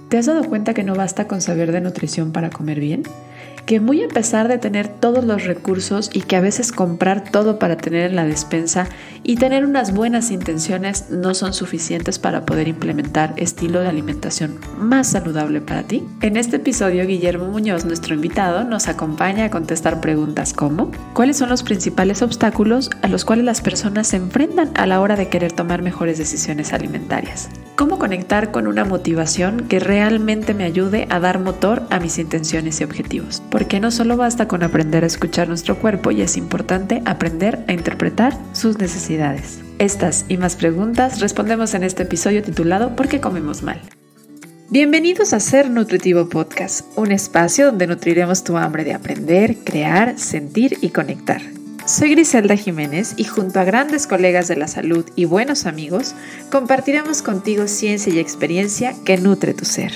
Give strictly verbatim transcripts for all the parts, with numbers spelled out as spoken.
¿Te has dado cuenta que no basta con saber de nutrición para comer bien? Que muy a pesar de tener todos los recursos y que a veces comprar todo para tener en la despensa y tener unas buenas intenciones no son suficientes para poder implementar estilo de alimentación más saludable para ti. En este episodio, Guillermo Muñoz, nuestro invitado, nos acompaña a contestar preguntas como: ¿cuáles son los principales obstáculos a los cuales las personas se enfrentan a la hora de querer tomar mejores decisiones alimentarias? ¿Cómo conectar con una motivación que realmente me ayude a dar motor a mis intenciones y objetivos? Porque no solo basta con aprender a escuchar nuestro cuerpo, y es importante aprender a interpretar sus necesidades. Estas y más preguntas respondemos en este episodio titulado ¿Por qué comemos mal? Bienvenidos a Ser Nutritivo Podcast, un espacio donde nutriremos tu hambre de aprender, crear, sentir y conectar. Soy Griselda Jiménez y junto a grandes colegas de la salud y buenos amigos, compartiremos contigo ciencia y experiencia que nutre tu ser.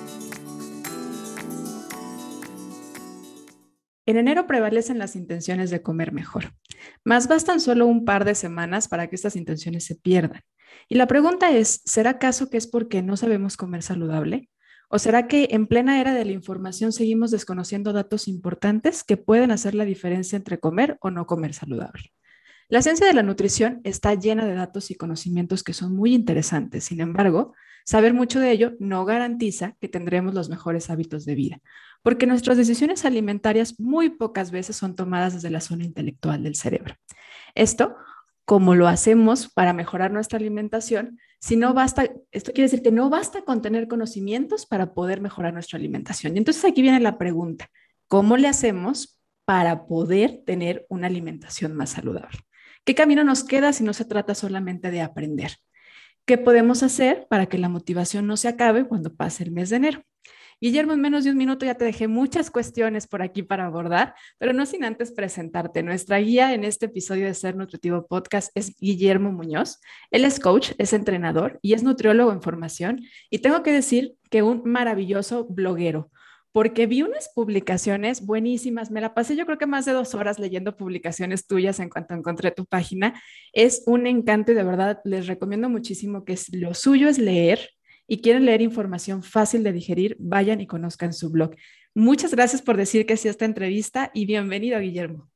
En enero prevalecen las intenciones de comer mejor, mas bastan solo un par de semanas para que estas intenciones se pierdan. Y la pregunta es, ¿será acaso que es porque no sabemos comer saludable? ¿O será que en plena era de la información seguimos desconociendo datos importantes que pueden hacer la diferencia entre comer o no comer saludable? La ciencia de la nutrición está llena de datos y conocimientos que son muy interesantes. Sin embargo, saber mucho de ello no garantiza que tendremos los mejores hábitos de vida, porque nuestras decisiones alimentarias muy pocas veces son tomadas desde la zona intelectual del cerebro. Esto, como lo hacemos para mejorar nuestra alimentación, si no basta, esto quiere decir que no basta con tener conocimientos para poder mejorar nuestra alimentación. Y entonces aquí viene la pregunta: ¿cómo le hacemos para poder tener una alimentación más saludable? ¿Qué camino nos queda si no se trata solamente de aprender? ¿Qué podemos hacer para que la motivación no se acabe cuando pase el mes de enero? Guillermo, en menos de un minuto ya te dejé muchas cuestiones por aquí para abordar, pero no sin antes presentarte. Nuestra guía en este episodio de Ser Nutritivo Podcast es Guillermo Muñoz. Él es coach, es entrenador y es nutriólogo en formación. Y tengo que decir que un maravilloso bloguero, porque vi unas publicaciones buenísimas. Me la pasé yo creo que más de dos horas leyendo publicaciones tuyas en cuanto encontré tu página. Es un encanto y de verdad les recomiendo muchísimo que lo suyo es leer y quieren leer información fácil de digerir, vayan y conozcan su blog. Muchas gracias por decir que sí a esta entrevista y bienvenido, Guillermo.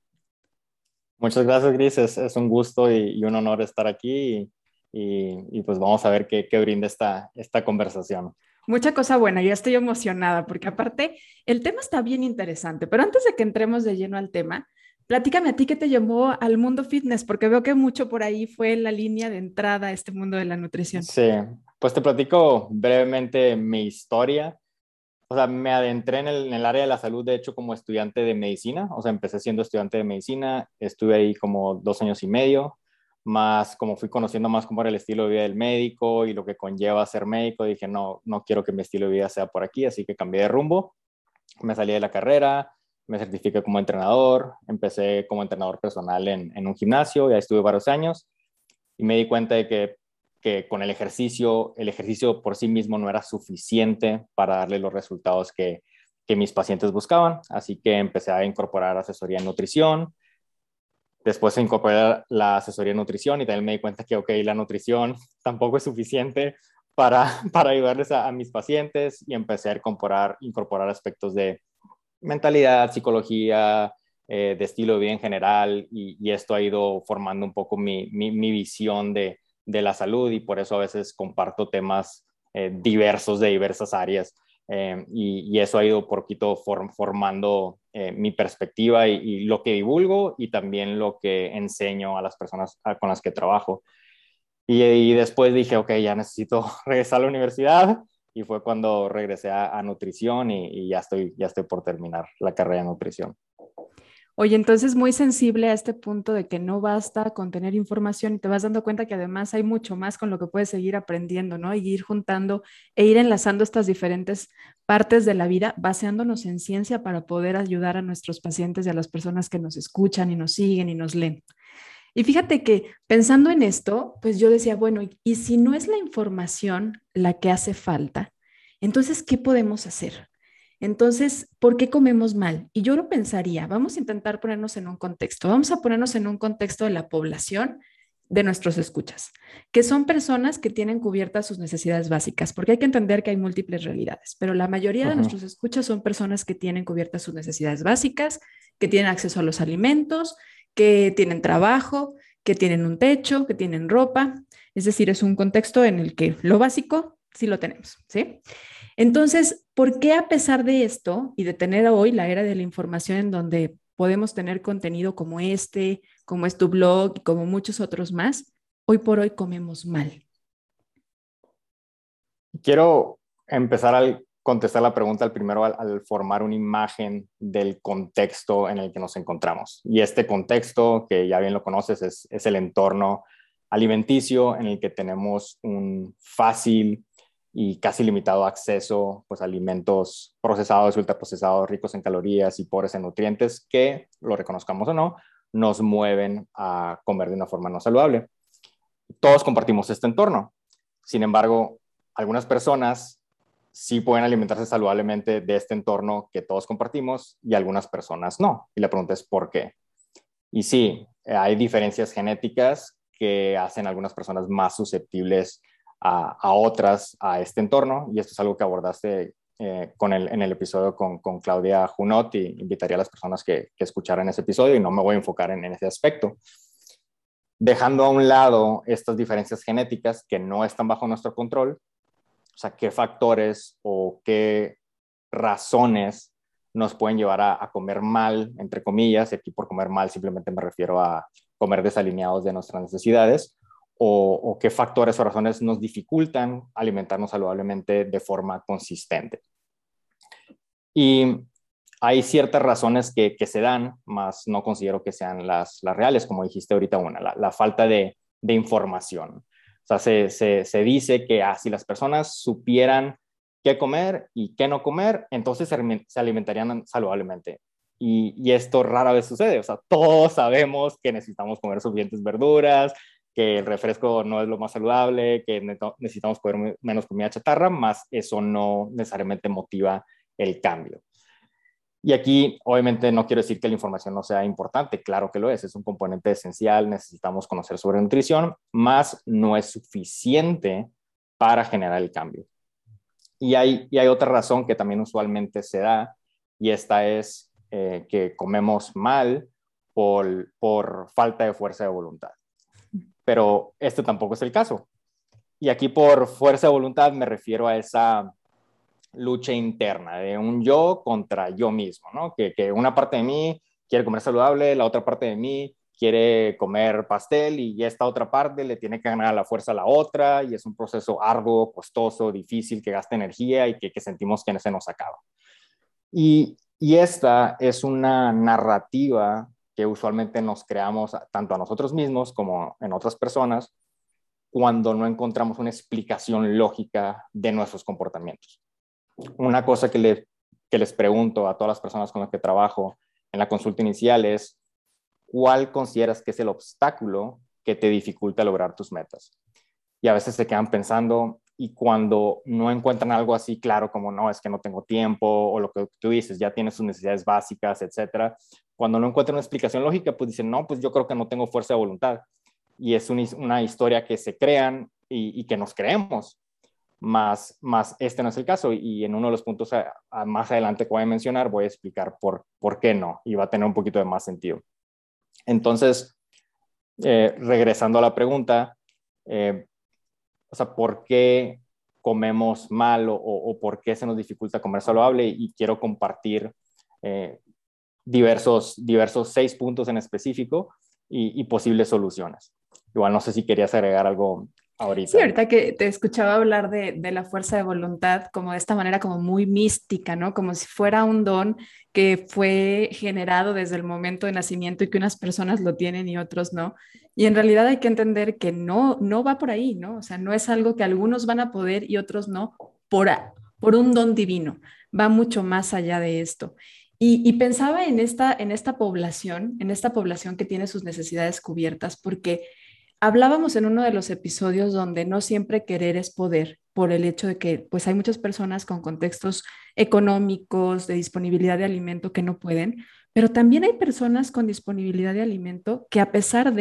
Muchas gracias, Gris. Es, es un gusto y, y un honor estar aquí y, y, y pues vamos a ver qué, qué brinda esta, esta conversación. Mucha cosa buena, ya estoy emocionada porque aparte el tema está bien interesante, pero antes de que entremos de lleno al tema, platícame a ti qué te llevó al mundo fitness, porque veo que mucho por ahí fue la línea de entrada a este mundo de la nutrición. Sí, pues te platico brevemente mi historia. O sea, me adentré en el, en el área de la salud, de hecho, como estudiante de medicina. O sea, empecé siendo estudiante de medicina, estuve ahí como dos años y medio, más como fui conociendo más cómo era el estilo de vida del médico y lo que conlleva ser médico, dije, no, no quiero que mi estilo de vida sea por aquí, así que cambié de rumbo, me salí de la carrera, me certifiqué como entrenador, empecé como entrenador personal en, en un gimnasio, ya estuve varios años y me di cuenta de que, que con el ejercicio, el ejercicio por sí mismo no era suficiente para darle los resultados que, que mis pacientes buscaban, así que empecé a incorporar asesoría en nutrición. Después incorporé la asesoría en nutrición y también me di cuenta que, ok, la nutrición tampoco es suficiente para, para ayudarles a, a mis pacientes y empecé a incorporar, incorporar aspectos de mentalidad, psicología, eh, de estilo de vida en general y, y esto ha ido formando un poco mi, mi, mi visión de, de la salud y por eso a veces comparto temas eh, diversos de diversas áreas. Eh, y, y eso ha ido poquito form, formando eh, mi perspectiva y, y lo que divulgo y también lo que enseño a las personas a, con las que trabajo. Y, y después dije, ok, ya necesito regresar a la universidad y fue cuando regresé a, a nutrición y, y ya, estoy, ya estoy por terminar la carrera de nutrición. Oye, entonces muy sensible a este punto de que no basta con tener información y te vas dando cuenta que además hay mucho más con lo que puedes seguir aprendiendo, ¿no? Y ir juntando e ir enlazando estas diferentes partes de la vida, baseándonos en ciencia para poder ayudar a nuestros pacientes y a las personas que nos escuchan y nos siguen y nos leen. Y fíjate que pensando en esto, pues yo decía, bueno, y, y si no es la información la que hace falta, entonces, ¿qué podemos hacer? Entonces, ¿por qué comemos mal? Y yo lo pensaría, vamos a intentar ponernos en un contexto, vamos a ponernos en un contexto de la población de nuestros escuchas, que son personas que tienen cubiertas sus necesidades básicas, porque hay que entender que hay múltiples realidades, pero la mayoría de Ujú. nuestros escuchas son personas que tienen cubiertas sus necesidades básicas, que tienen acceso a los alimentos, que tienen trabajo, que tienen un techo, que tienen ropa. Es decir, es un contexto en el que lo básico sí lo tenemos, ¿sí? Entonces, ¿por qué a pesar de esto y de tener hoy la era de la información en donde podemos tener contenido como este, como es tu blog y como muchos otros más, hoy por hoy comemos mal? Quiero empezar a contestar la pregunta al primero al, al formar una imagen del contexto en el que nos encontramos. Y este contexto, que ya bien lo conoces, es, es el entorno alimenticio en el que tenemos un fácil y casi limitado acceso pues, a alimentos procesados, ultraprocesados, ricos en calorías y pobres en nutrientes que, lo reconozcamos o no, nos mueven a comer de una forma no saludable. Todos compartimos este entorno. Sin embargo, algunas personas sí pueden alimentarse saludablemente de este entorno que todos compartimos y algunas personas no. Y la pregunta es ¿por qué? Y sí, hay diferencias genéticas que hacen a algunas personas más susceptibles a, a otras a este entorno, y esto es algo que abordaste eh, con el, en el episodio con, con Claudia Junot, y invitaría a las personas que, que escucharan ese episodio, y no me voy a enfocar en, en ese aspecto. Dejando a un lado estas diferencias genéticas que no están bajo nuestro control, o sea, qué factores o qué razones nos pueden llevar a, a comer mal, entre comillas, y aquí por comer mal simplemente me refiero a comer desalineados de nuestras necesidades, o, o qué factores o razones nos dificultan alimentarnos saludablemente de forma consistente. Y hay ciertas razones que, que se dan, más no considero que sean las, las reales, como dijiste ahorita una, la, la falta de, de información. O sea, se, se, se dice que ah, si las personas supieran qué comer y qué no comer, entonces se, se alimentarían saludablemente. Y, y esto rara vez sucede. O sea, todos sabemos que necesitamos comer suficientes verduras, que el refresco no es lo más saludable, que necesitamos comer menos comida chatarra, más eso no necesariamente motiva el cambio. Y aquí, obviamente, no quiero decir que la información no sea importante, claro que lo es, es un componente esencial, necesitamos conocer sobre nutrición, más no es suficiente para generar el cambio. Y hay, y hay otra razón que también usualmente se da, y esta es eh, que comemos mal por, por falta de fuerza de voluntad. Pero este tampoco es el caso. Y aquí por fuerza de voluntad me refiero a esa lucha interna de un yo contra yo mismo, ¿no? Que, que una parte de mí quiere comer saludable, la otra parte de mí quiere comer pastel, y esta otra parte le tiene que ganar la fuerza a la otra, y es un proceso arduo, costoso, difícil, que gasta energía y que, que sentimos que se nos acaba. Y, y esta es una narrativa que usualmente nos creamos tanto a nosotros mismos como en otras personas cuando no encontramos una explicación lógica de nuestros comportamientos. Una cosa que, le, que les pregunto a todas las personas con las que trabajo en la consulta inicial es: ¿cuál consideras que es el obstáculo que te dificulta lograr tus metas? Y a veces se quedan pensando, y cuando no encuentran algo así claro como no, es que no tengo tiempo, o lo que tú dices, ya tienes sus necesidades básicas, etcétera, cuando no encuentran una explicación lógica, pues dicen, no, pues yo creo que no tengo fuerza de voluntad. Y es un, una historia que se crean y, y que nos creemos. Más, más este no es el caso, y en uno de los puntos a, a más adelante que voy a mencionar voy a explicar por, por qué no, y va a tener un poquito de más sentido. Entonces, eh, regresando a la pregunta, eh, o sea, ¿por qué comemos mal, o, o por qué se nos dificulta comer saludable? Y quiero compartir eh, diversos, diversos seis puntos en específico y, y posibles soluciones. Igual no sé si querías agregar algo Sí, ahorita. ahorita que te escuchaba hablar de, de la fuerza de voluntad como de esta manera como muy mística, ¿no? Como si fuera un don que fue generado desde el momento de nacimiento y que unas personas lo tienen y otros no. Y en realidad hay que entender que no, no va por ahí, ¿no? O sea, no es algo que algunos van a poder y otros no por, a- por un don divino. Va mucho más allá de esto. Y, y pensaba en esta, en esta población, en esta población que tiene sus necesidades cubiertas, porque hablábamos en uno de los episodios donde no siempre querer es poder, por el hecho de que pues hay muchas personas con contextos económicos, de disponibilidad de alimento que no pueden, pero también hay personas con disponibilidad de alimento que a pesar de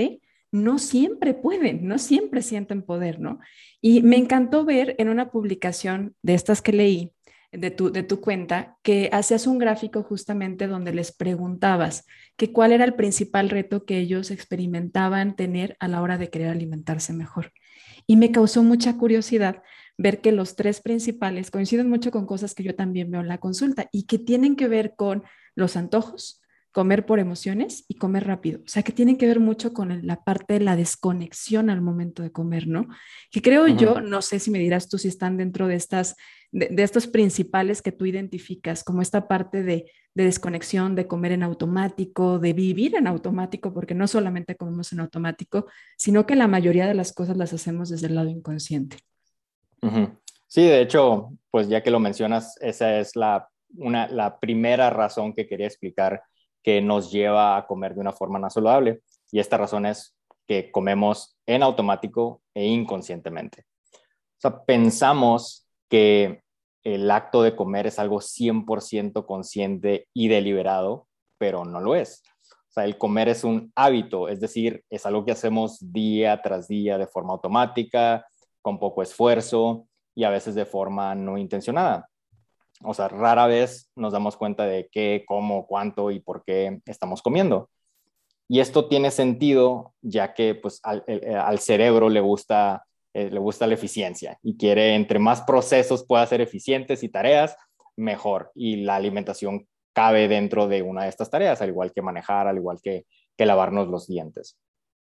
no siempre pueden, no siempre sienten poder, ¿no? Y me encantó ver en una publicación de estas que leí, de tu, de tu cuenta, que hacías un gráfico justamente donde les preguntabas que cuál era el principal reto que ellos experimentaban tener a la hora de querer alimentarse mejor. Y me causó mucha curiosidad ver que los tres principales coinciden mucho con cosas que yo también veo en la consulta y que tienen que ver con los antojos, comer por emociones y comer rápido. O sea, que tienen que ver mucho con la parte de la desconexión al momento de comer, ¿no? Que creo yo, Ujú. no sé si me dirás tú si están dentro de estas, de, de estos principales que tú identificas, como esta parte de, de desconexión, de comer en automático, de vivir en automático, porque no solamente comemos en automático, sino que la mayoría de las cosas las hacemos desde el lado inconsciente. Ujú. Sí, de hecho, pues ya que lo mencionas, esa es la, una, la primera razón que quería explicar que nos lleva a comer de una forma no saludable. Y esta razón es que comemos en automático e inconscientemente. O sea, pensamos que el acto de comer es algo cien por ciento consciente y deliberado, pero no lo es. O sea, el comer es un hábito, es decir, es algo que hacemos día tras día de forma automática, con poco esfuerzo y a veces de forma no intencionada. O sea, rara vez nos damos cuenta de qué, cómo, cuánto y por qué estamos comiendo. Y esto tiene sentido ya que pues, al, el, al cerebro le gusta, eh, le gusta la eficiencia y quiere entre más procesos pueda ser eficientes y tareas, mejor. Y la alimentación cabe dentro de una de estas tareas, al igual que manejar, al igual que, que lavarnos los dientes.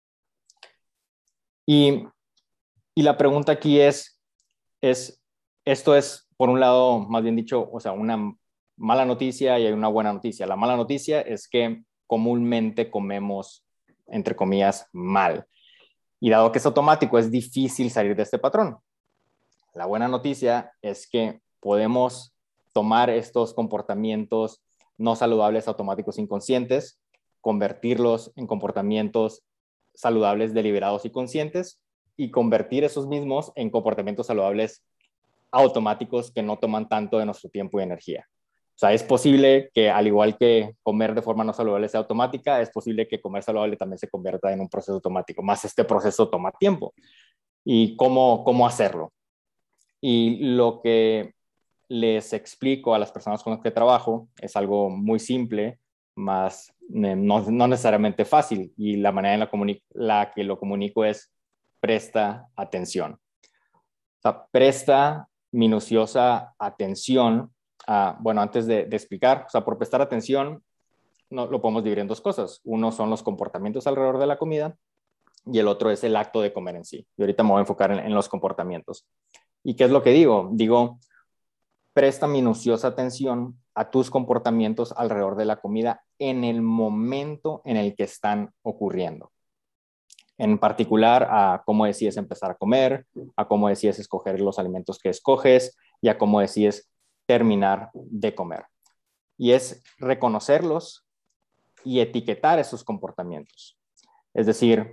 Y, y la pregunta aquí es, es, esto es, por un lado, más bien dicho, o sea, una mala noticia y hay una buena noticia. La mala noticia es que comúnmente comemos, entre comillas, mal. Y dado que es automático, es difícil salir de este patrón. La buena noticia es que podemos tomar estos comportamientos no saludables automáticos inconscientes, convertirlos en comportamientos saludables deliberados y conscientes y convertir esos mismos en comportamientos saludables automáticos que no toman tanto de nuestro tiempo y energía. O sea, es posible que al igual que comer de forma no saludable sea automática, es posible que comer saludable también se convierta en un proceso automático, más este proceso toma tiempo. ¿Y cómo, cómo hacerlo? Y lo que les explico a las personas con las que trabajo es algo muy simple, más no, no necesariamente fácil, y la manera en la, la que lo comunico es presta atención. O sea, presta minuciosa atención a, bueno, antes de, de explicar, o sea, por prestar atención, no, lo podemos dividir en dos cosas. Uno son los comportamientos alrededor de la comida y el otro es el acto de comer en sí. Y ahorita me voy a enfocar en, en los comportamientos. ¿Y qué es lo que digo? Digo, presta minuciosa atención a tus comportamientos alrededor de la comida en el momento en el que están ocurriendo. En particular a cómo decides empezar a comer, a cómo decides escoger los alimentos que escoges y a cómo decides terminar de comer. Y es reconocerlos y etiquetar esos comportamientos. Es decir,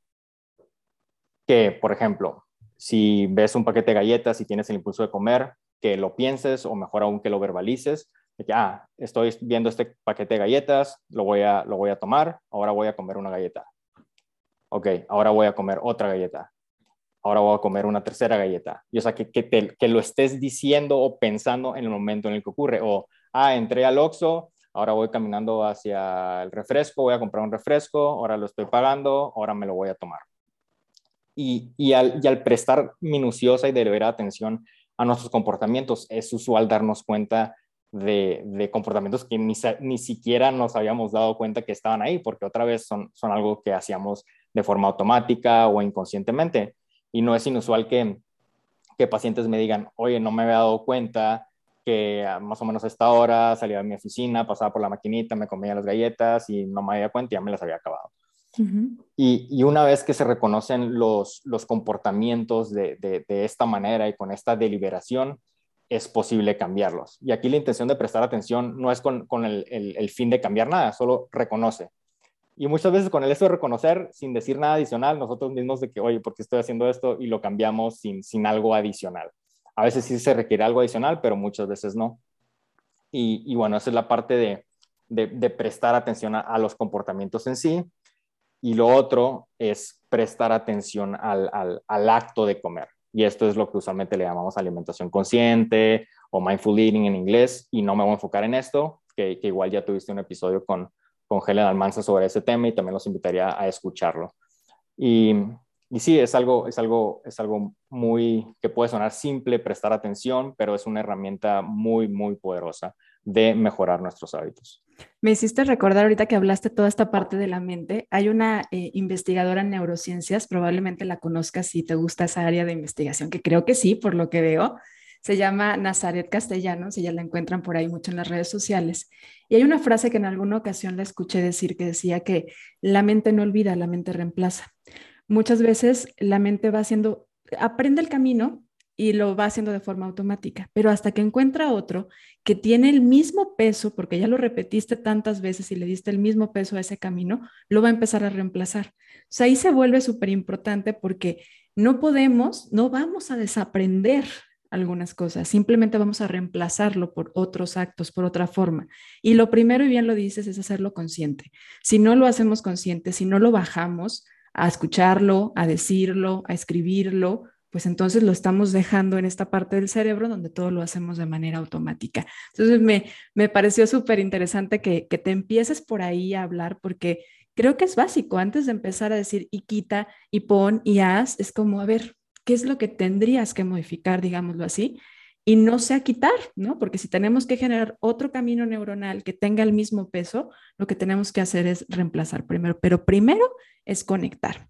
que, por ejemplo, si ves un paquete de galletas y tienes el impulso de comer, que lo pienses o mejor aún que lo verbalices, de que, ah, estoy viendo este paquete de galletas, lo voy a, lo voy a tomar, ahora voy a comer una galleta. Ok, ahora voy a comer otra galleta. Ahora voy a comer una tercera galleta. Y o sea, que, que, te, que lo estés diciendo o pensando en el momento en el que ocurre. O, ah, entré al Oxxo, ahora voy caminando hacia el refresco, voy a comprar un refresco, ahora lo estoy pagando, ahora me lo voy a tomar. Y, y, al, y al prestar minuciosa y deliberada atención a nuestros comportamientos, es usual darnos cuenta de, de comportamientos que ni, ni siquiera nos habíamos dado cuenta que estaban ahí, porque otra vez son, son algo que hacíamos de forma automática o inconscientemente. Y no es inusual que, que pacientes me digan, oye, no me había dado cuenta que más o menos a esta hora salía de mi oficina, pasaba por la maquinita, me comía las galletas y no me había cuenta y ya me las había acabado. Uh-huh. Y, y una vez que se reconocen los, los comportamientos de, de, de esta manera y con esta deliberación, es posible cambiarlos. Y aquí la intención de prestar atención no es con, con el, el, el fin de cambiar nada, solo reconoce. Y muchas veces con el eso de reconocer, sin decir nada adicional, nosotros mismos de que, oye, ¿por qué estoy haciendo esto? Y lo cambiamos sin, sin algo adicional. A veces sí se requiere algo adicional, pero muchas veces no. Y, y bueno, esa es la parte de, de, de prestar atención a, a los comportamientos en sí. y lo otro es prestar atención al, al, al acto de comer. Y esto es lo que usualmente le llamamos alimentación consciente o mindful eating en inglés, y no me voy a enfocar en esto, que, que igual ya tuviste un episodio con, con Helen Almanza sobre ese tema y también los invitaría a escucharlo. Y, y sí, es algo, es, algo, es algo muy que puede sonar simple, prestar atención, pero es una herramienta muy, muy poderosa de mejorar nuestros hábitos. Me hiciste recordar ahorita que hablaste toda esta parte de la mente. Hay una eh, investigadora en neurociencias, probablemente la conozcas si te gusta esa área de investigación, que creo que sí, por lo que veo. Se llama Nazaret Castellanos, ella la encuentran por ahí mucho en las redes sociales. Y hay una frase que en alguna ocasión la escuché decir que decía que la mente no olvida, la mente reemplaza. Muchas veces la mente va haciendo, aprende el camino y lo va haciendo de forma automática, pero hasta que encuentra otro que tiene el mismo peso, porque ya lo repetiste tantas veces y le diste el mismo peso a ese camino, lo va a empezar a reemplazar. O sea, ahí se vuelve súper importante porque no podemos, no vamos a desaprender algunas cosas, simplemente vamos a reemplazarlo por otros actos, por otra forma. Y lo primero, y bien lo dices, es hacerlo consciente. Si no lo hacemos consciente, si no lo bajamos a escucharlo, a decirlo, a escribirlo, pues entonces lo estamos dejando en esta parte del cerebro donde todo lo hacemos de manera automática. Entonces me, me pareció súper interesante que, que te empieces por ahí a hablar porque creo que es básico. Antes de empezar a decir y quita y pon y haz, es como, a ver, ¿qué es lo que tendrías que modificar, digámoslo así? Y no sea quitar, ¿no? Porque si tenemos que generar otro camino neuronal que tenga el mismo peso, lo que tenemos que hacer es reemplazar primero, pero primero es conectar.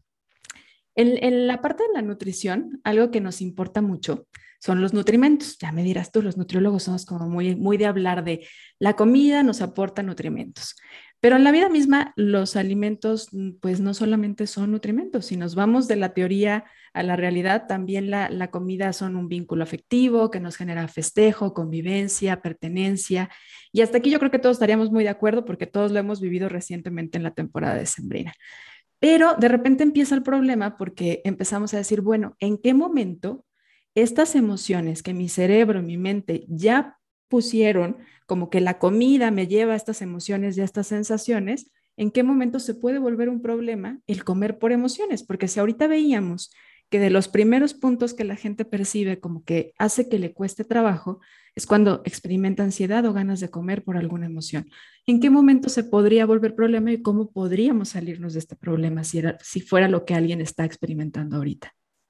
En, en, la parte de la nutrición, algo que nos importa mucho son los nutrimentos. Ya me dirás tú, los nutriólogos somos como muy, muy de hablar de la comida nos aporta nutrimentos. Pero en la vida misma, los alimentos, pues no solamente son nutrimentos. Si nos vamos de la teoría a la realidad, también la, la comida son un vínculo afectivo que nos genera festejo, convivencia, pertenencia. Y hasta aquí yo creo que todos estaríamos muy de acuerdo porque todos lo hemos vivido recientemente en la temporada decembrina. Pero de repente empieza el problema porque empezamos a decir, bueno, ¿en qué momento estas emociones que mi cerebro, mi mente ya pusieron, como que la comida me lleva a estas emociones y a estas sensaciones, en qué momento se puede volver un problema el comer por emociones? Porque si ahorita veíamos que de los primeros puntos que la gente percibe como que hace que le cueste trabajo, es cuando experimenta ansiedad o ganas de comer por alguna emoción. ¿En qué momento se podría volver problema y cómo podríamos salirnos de este problema si, era, si fuera lo que alguien está experimentando ahorita?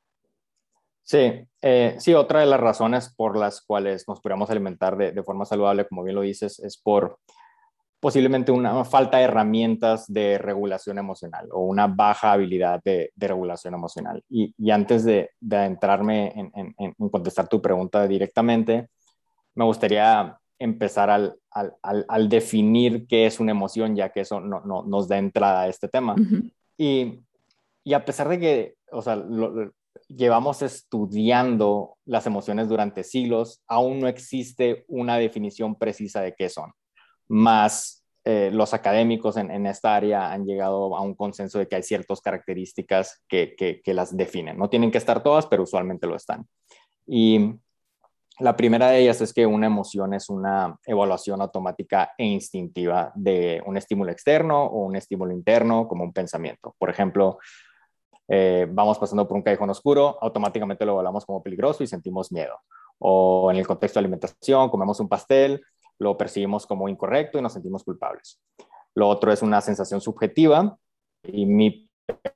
Sí, eh, sí, otra de las razones por las cuales nos podríamos alimentar de, de forma saludable, como bien lo dices, es por posiblemente una falta de herramientas de regulación emocional o una baja habilidad de, de regulación emocional. Y, y antes de, de adentrarme en, en, en contestar tu pregunta directamente, me gustaría empezar al, al, al, al definir qué es una emoción, ya que eso no, no, nos da entrada a este tema. Uh-huh. Y, y a pesar de que, o sea, lo, lo, llevamos estudiando las emociones durante siglos, aún no existe una definición precisa de qué son. Más eh, los académicos en, en esta área han llegado a un consenso de que hay ciertas características que, que, que las definen. No tienen que estar todas, pero usualmente lo están. Y la primera de ellas es que una emoción es una evaluación automática e instintiva de un estímulo externo o un estímulo interno, como un pensamiento. Por ejemplo, eh, vamos pasando por un callejón oscuro, automáticamente lo evaluamos como peligroso y sentimos miedo. O en el contexto de alimentación, comemos un pastel, lo percibimos como incorrecto y nos sentimos culpables. Lo otro es una sensación subjetiva y mi,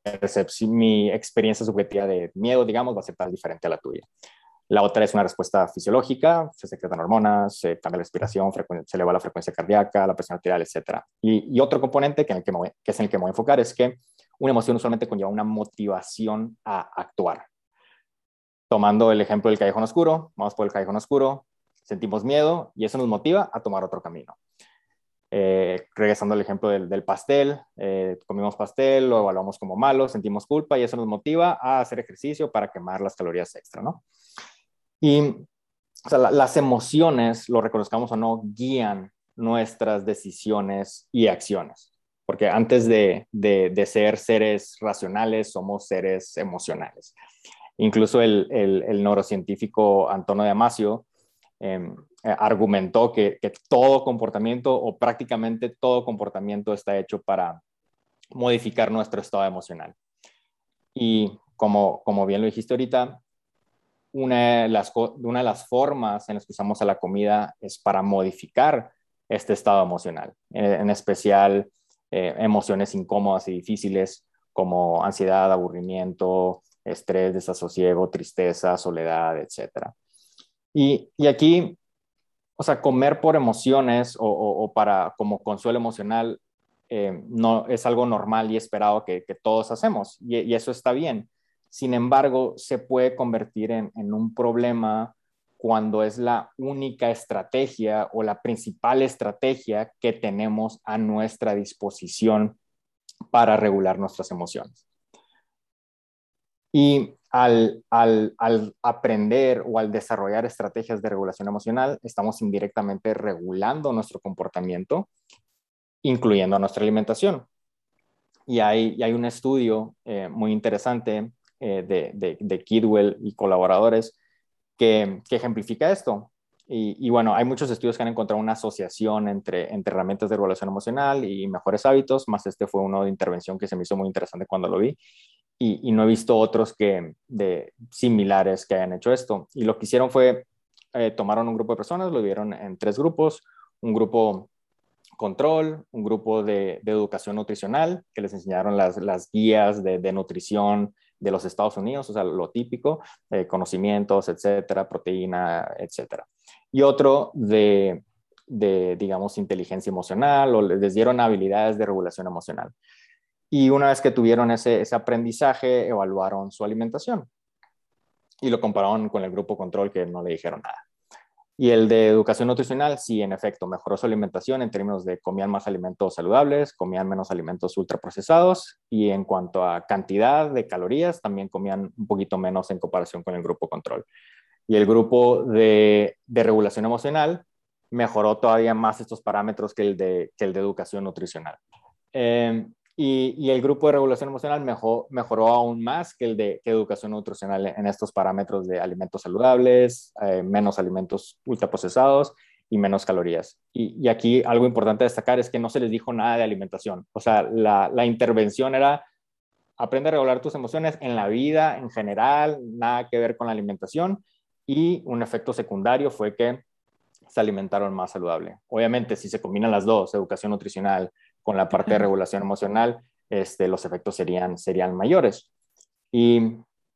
mi experiencia subjetiva de miedo, digamos, va a ser tan diferente a la tuya. La otra es una respuesta fisiológica, se secretan hormonas, se cambia la respiración, se eleva la frecuencia cardíaca, la presión arterial, etcétera. Y, y otro componente que, en el que, me voy, que es en el que me voy a enfocar es que una emoción usualmente conlleva una motivación a actuar. Tomando el ejemplo del callejón oscuro, vamos por el callejón oscuro, sentimos miedo y eso nos motiva a tomar otro camino. Eh, regresando al ejemplo del, del pastel, eh, comimos pastel, lo evaluamos como malo, sentimos culpa y eso nos motiva a hacer ejercicio para quemar las calorías extra, ¿no? Y o sea, la, las emociones, lo reconozcamos o no, guían nuestras decisiones y acciones. Porque antes de, de, de ser seres racionales, somos seres emocionales. Incluso el, el, el neurocientífico Antonio Damasio eh, argumentó que, que todo comportamiento o prácticamente todo comportamiento está hecho para, modificar nuestro estado emocional. Y como, como bien lo dijiste ahorita, una de, las, una de las formas en las que usamos a la comida es para modificar este estado emocional, en especial eh, emociones incómodas y difíciles como ansiedad, aburrimiento, estrés, desasosiego, tristeza, soledad, etcétera. Y, y aquí, o sea, comer por emociones o, o, o para como consuelo emocional eh, no es algo normal y esperado que, que todos hacemos, y, y eso está bien. Sin embargo, se puede convertir en, en un problema cuando es la única estrategia o la principal estrategia que tenemos a nuestra disposición para regular nuestras emociones. Y al, al, al, aprender o al desarrollar estrategias de regulación emocional, estamos indirectamente regulando nuestro comportamiento, incluyendo nuestra alimentación. Y hay, y hay un estudio eh, muy interesante eh, de, de, de Kidwell y colaboradores que, que ejemplifica esto. Y, y, bueno, hay muchos estudios que han encontrado una asociación entre, entre herramientas de regulación emocional y mejores hábitos, más este fue uno de intervención que se me hizo muy interesante cuando lo vi. Y, y no he visto otros que, de, similares que hayan hecho esto. Y lo que hicieron fue, eh, tomaron un grupo de personas, lo dividieron en tres grupos, un grupo control, un grupo de, de educación nutricional, que les enseñaron las, las guías de, de nutrición de los Estados Unidos, o sea, lo típico, eh, conocimientos, etcétera, proteína, etcétera. Y otro de, de, digamos, inteligencia emocional, o les dieron habilidades de regulación emocional. Y una vez que tuvieron ese, ese aprendizaje, evaluaron su alimentación y lo compararon con el grupo control, que no le dijeron nada. Y el de educación nutricional, sí, en efecto, mejoró su alimentación en términos de comían más alimentos saludables, comían menos alimentos ultraprocesados, y en cuanto a cantidad de calorías, también comían un poquito menos en comparación con el grupo control. Y el grupo de, de regulación emocional mejoró todavía más estos parámetros que el de, que el de educación nutricional. Eh, y, y el grupo de regulación emocional mejor, mejoró aún más que el de que educación nutricional en estos parámetros de alimentos saludables, eh, menos alimentos ultraprocesados y menos calorías. Y, y aquí algo importante a destacar es que no se les dijo nada de alimentación. O sea, la, la intervención era aprende a regular tus emociones en la vida en general, nada que ver con la alimentación. Y un efecto secundario fue que se alimentaron más saludable. Obviamente, si se combinan las dos, educación nutricional con la parte de regulación emocional, este, los efectos serían, serían mayores. Y,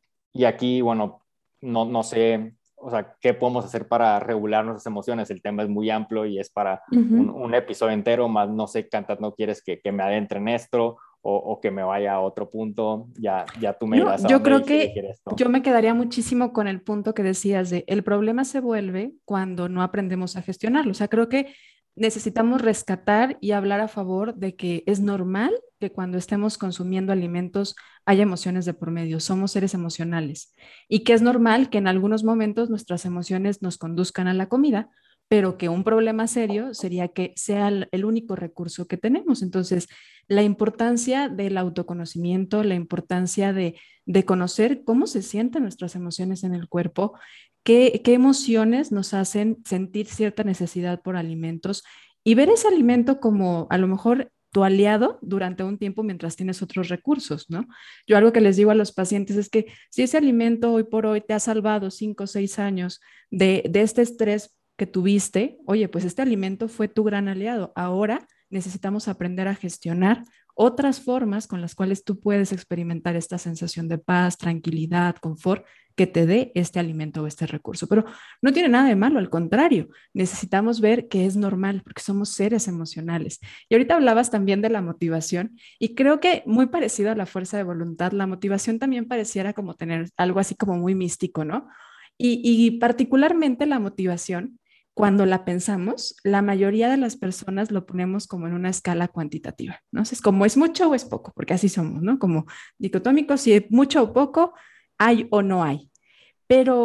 y aquí, bueno, no, no sé, o sea, qué podemos hacer para regular nuestras emociones. El tema es muy amplio y es para un, Uh-huh. un episodio entero, más no sé, Cantat, no quieres que, que me adentre en esto o, o que me vaya a otro punto. Ya, ya tú me No, dirás a yo dónde creo que dirigir esto. yo me quedaría muchísimo con el punto que decías de el problema se vuelve cuando no aprendemos a gestionarlo. O sea, creo que necesitamos rescatar y hablar a favor de que es normal que cuando estemos consumiendo alimentos haya emociones de por medio. Somos seres emocionales y que es normal que en algunos momentos nuestras emociones nos conduzcan a la comida, pero que un problema serio sería que sea el, el único recurso que tenemos. Entonces, la importancia del autoconocimiento, la importancia de de conocer cómo se sienten nuestras emociones en el cuerpo, qué, qué emociones nos hacen sentir cierta necesidad por alimentos y ver ese alimento como a lo mejor tu aliado durante un tiempo mientras tienes otros recursos, ¿no? Yo algo que les digo a los pacientes es que si ese alimento hoy por hoy te ha salvado cinco o seis años de, de este estrés que tuviste, oye, pues este alimento fue tu gran aliado. Ahora necesitamos aprender a gestionar otras formas con las cuales tú puedes experimentar esta sensación de paz, tranquilidad, confort que te dé este alimento o este recurso. Pero no tiene nada de malo, al contrario, necesitamos ver que es normal porque somos seres emocionales. Y ahorita hablabas también de la motivación y creo que muy parecido a la fuerza de voluntad, la motivación también pareciera como tener algo así como muy místico, ¿no? Y, y particularmente la motivación cuando la pensamos, la mayoría de las personas lo ponemos como en una escala cuantitativa, ¿no? Es como es mucho o es poco, porque así somos, ¿no? Como dicotómicos, si es mucho o poco, hay o no hay. Pero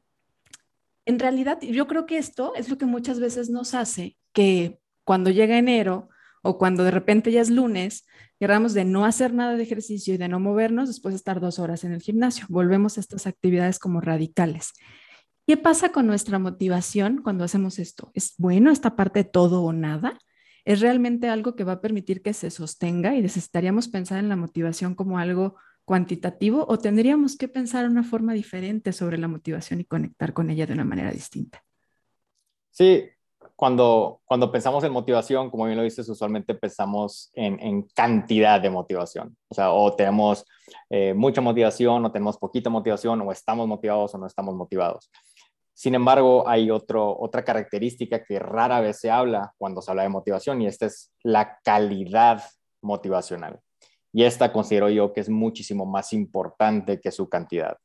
en realidad yo creo que esto es lo que muchas veces nos hace que cuando llega enero o cuando de repente ya es lunes, queramos de no hacer nada de ejercicio y de no movernos después de estar dos horas en el gimnasio. Volvemos a estas actividades como radicales. ¿Qué pasa con nuestra motivación cuando hacemos esto? ¿Es bueno esta parte de todo o nada? ¿Es realmente algo que va a permitir que se sostenga y necesitaríamos pensar en la motivación como algo cuantitativo o tendríamos que pensar una forma diferente sobre la motivación y conectar con ella de una manera distinta? Sí, cuando, cuando pensamos en motivación, como bien lo dices, usualmente pensamos en, en cantidad de motivación. O sea, o tenemos eh, mucha motivación, o tenemos poquita motivación, o estamos motivados o no estamos motivados. Sin embargo, hay otro, otra característica que rara vez se habla cuando se habla de motivación, y esta es la calidad motivacional. Y esta considero yo que es muchísimo más importante que su cantidad.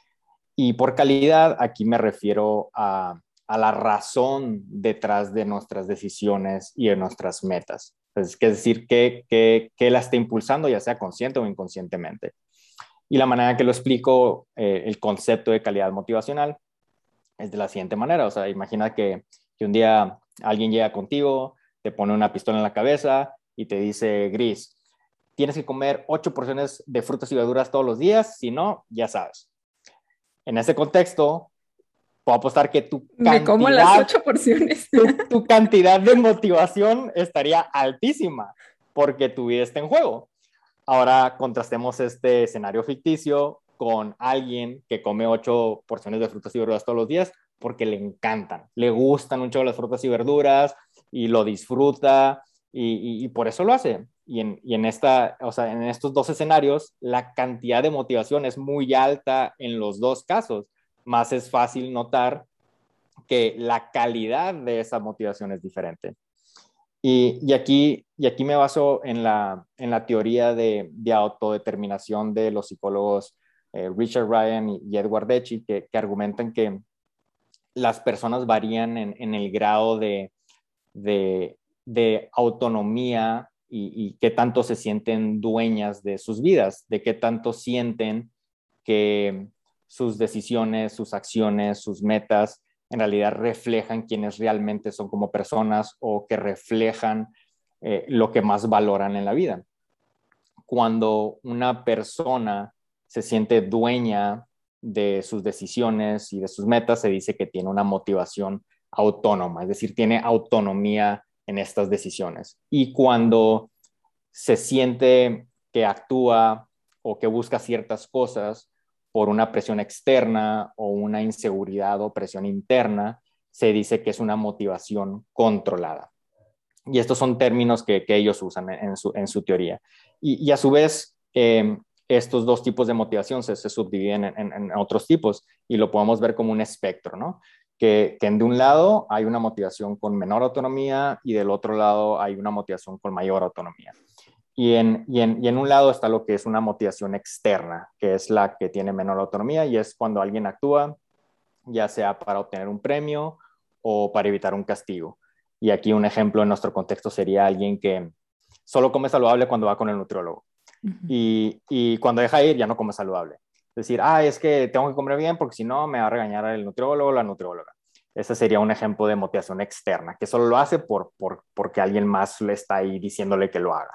Y por calidad, aquí me refiero a, a la razón detrás de nuestras decisiones y de nuestras metas. Es decir, que, que, que la está impulsando, ya sea consciente o inconscientemente. Y la manera que lo explico, eh, el concepto de calidad motivacional, es de la siguiente manera. O sea, imagina que, que un día alguien llega contigo, te pone una pistola en la cabeza y te dice, Gris, tienes que comer ocho porciones de frutas y verduras todos los días, si no, ya sabes. En ese contexto, puedo apostar que tu Me como las cantidad, ocho porciones. tu, tu cantidad de motivación estaría altísima porque tu vida está en juego. Ahora contrastemos este escenario ficticio con alguien que come ocho porciones de frutas y verduras todos los días porque le encantan, le gustan mucho las frutas y verduras y lo disfruta y, y, y por eso lo hace. Y en, y en, esta, o sea, en estos dos escenarios, la cantidad de motivación es muy alta en los dos casos. Más es fácil notar que la calidad de esa motivación es diferente. Y, y, aquí, y aquí me baso en la, en la teoría de, de autodeterminación de los psicólogos eh, Richard Ryan y, y Edward Deci, que, que argumentan que las personas varían en, en el grado de, de, de autonomía y, y qué tanto se sienten dueñas de sus vidas, de qué tanto sienten que sus decisiones, sus acciones, sus metas en realidad reflejan quienes realmente son como personas o que reflejan eh, lo que más valoran en la vida. Cuando una persona se siente dueña de sus decisiones y de sus metas, se dice que tiene una motivación autónoma, es decir, tiene autonomía en estas decisiones. Y cuando se siente que actúa o que busca ciertas cosas por una presión externa o una inseguridad o presión interna, se dice que es una motivación controlada. Y estos son términos que, que ellos usan en su, en su teoría. Y, y a su vez, eh, estos dos tipos de motivación se, se subdividen en, en, en, otros tipos y lo podemos ver como un espectro, ¿no? Que, que de un lado hay una motivación con menor autonomía y del otro lado hay una motivación con mayor autonomía. Y en, y, en, y en un lado está lo que es una motivación externa, que es la que tiene menor autonomía y es cuando alguien actúa, ya sea para obtener un premio o para evitar un castigo. Y aquí un ejemplo en nuestro contexto sería alguien que solo come saludable cuando va con el nutriólogo. Uh-huh. Y, y cuando deja ir ya no come saludable. Es decir, ah, es que tengo que comer bien porque si no me va a regañar el nutriólogo o la nutrióloga. Ese sería un ejemplo de motivación externa, que solo lo hace por, por, porque alguien más le está ahí diciéndole que lo haga.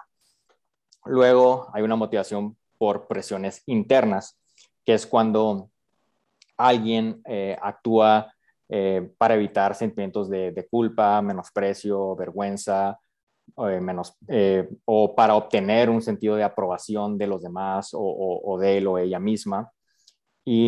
Luego hay una motivación por presiones internas, que es cuando alguien eh, actúa eh, para evitar sentimientos de, de culpa, menosprecio, vergüenza, eh, menos, eh, o para obtener un sentido de aprobación de los demás o, o, o de él o ella misma. Y,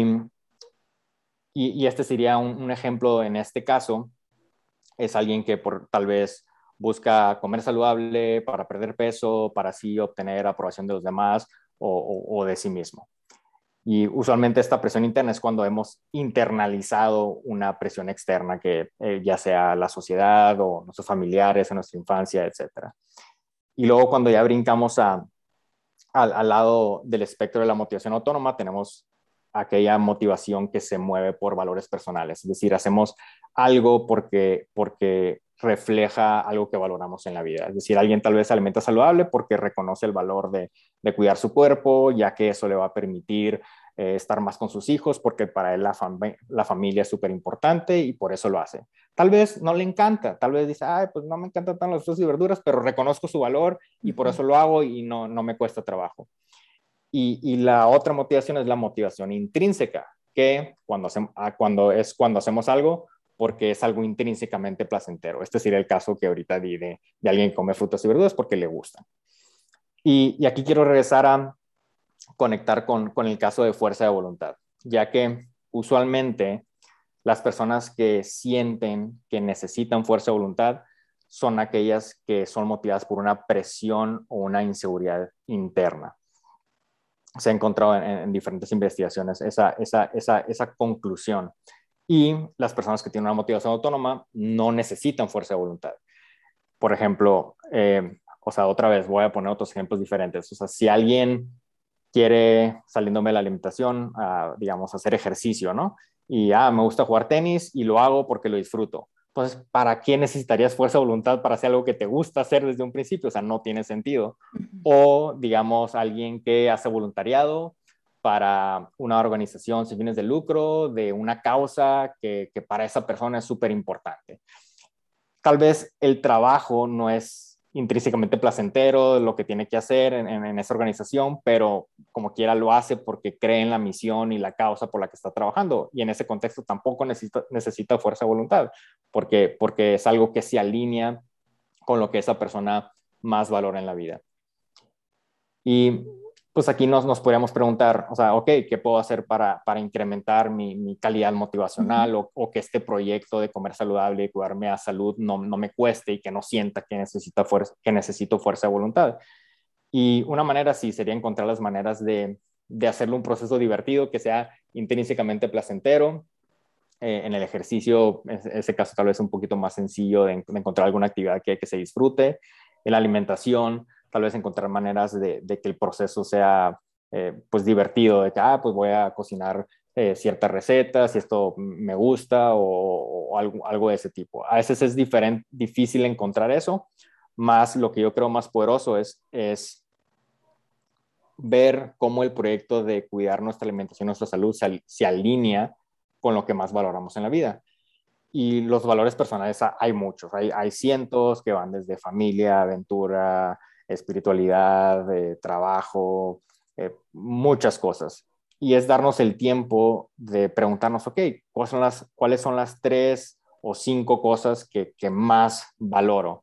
y, y este sería un, un ejemplo en este caso, es alguien que por, tal vez busca comer saludable para perder peso, para así obtener aprobación de los demás o, o, o de sí mismo. Y usualmente esta presión interna es cuando hemos internalizado una presión externa que eh, ya sea la sociedad o nuestros familiares en nuestra infancia, etcétera. Y luego cuando ya brincamos a, al, al lado del espectro de la motivación autónoma, tenemos aquella motivación que se mueve por valores personales. Es decir, hacemos algo porque, porque refleja algo que valoramos en la vida. Es decir, alguien tal vez se alimenta saludable porque reconoce el valor de, de cuidar su cuerpo, ya que eso le va a permitir eh, estar más con sus hijos, porque para él la, fam la familia es súper importante y por eso lo hace. Tal vez no le encanta, tal vez dice, ay, pues no me encantan tan las frutas y verduras, pero reconozco su valor y por eso lo hago y no, no me cuesta trabajo. Y, y la otra motivación es la motivación intrínseca, que cuando, hacemos, cuando es cuando hacemos algo porque es algo intrínsecamente placentero. Este sería el caso que ahorita di de, de alguien que come frutas y verduras porque le gustan. Y, y aquí quiero regresar a conectar con, con el caso de fuerza de voluntad, ya que usualmente las personas que sienten que necesitan fuerza de voluntad son aquellas que son motivadas por una presión o una inseguridad interna. Se ha encontrado en, en diferentes investigaciones esa, esa, esa, esa conclusión. Y las personas que tienen una motivación autónoma no necesitan fuerza de voluntad. Por ejemplo, eh, o sea, otra vez voy a poner otros ejemplos diferentes. O sea, si alguien quiere, saliéndome de la alimentación, uh, digamos, hacer ejercicio, ¿no? Y, ah, me gusta jugar tenis y lo hago porque lo disfruto. Entonces, ¿para qué necesitarías fuerza de voluntad para hacer algo que te gusta hacer desde un principio? O sea, no tiene sentido. Uh-huh. O, digamos, alguien que hace voluntariado para una organización sin fines de lucro, de una causa que, que para esa persona es súper importante. Tal vez el trabajo no es intrínsecamente placentero, lo que tiene que hacer en, en, en esa organización, pero como quiera lo hace porque cree en la misión y la causa por la que está trabajando. Y en ese contexto tampoco necesita, necesita fuerza de voluntad, porque, porque es algo que se alinea con lo que esa persona más valora en la vida. Y pues aquí nos, nos podríamos preguntar, o sea, ok, ¿qué puedo hacer para, para incrementar mi, mi calidad motivacional uh-huh. o, o que este proyecto de comer saludable y cuidarme a salud no, no me cueste y que no sienta que, necesita fuerza, que necesito fuerza de voluntad? Y una manera sí sería encontrar las maneras de, de hacerlo un proceso divertido, que sea intrínsecamente placentero. Eh, en el ejercicio, en ese caso tal vez un poquito más sencillo de, de encontrar alguna actividad que, que se disfrute. En la alimentación, tal vez encontrar maneras de, de que el proceso sea eh, pues divertido, de que ah, pues voy a cocinar eh, ciertas recetas, si esto me gusta o, o algo, algo de ese tipo. A veces es diferente, difícil encontrar eso, más lo que yo creo más poderoso es, es ver cómo el proyecto de cuidar nuestra alimentación, nuestra salud se, se alinea con lo que más valoramos en la vida. Y los valores personales hay muchos, hay, hay cientos que van desde familia, aventura, espiritualidad, eh, trabajo, eh, muchas cosas. Y es darnos el tiempo de preguntarnos, ok, ¿cuáles son las, cuáles son las tres o cinco cosas que, que más valoro?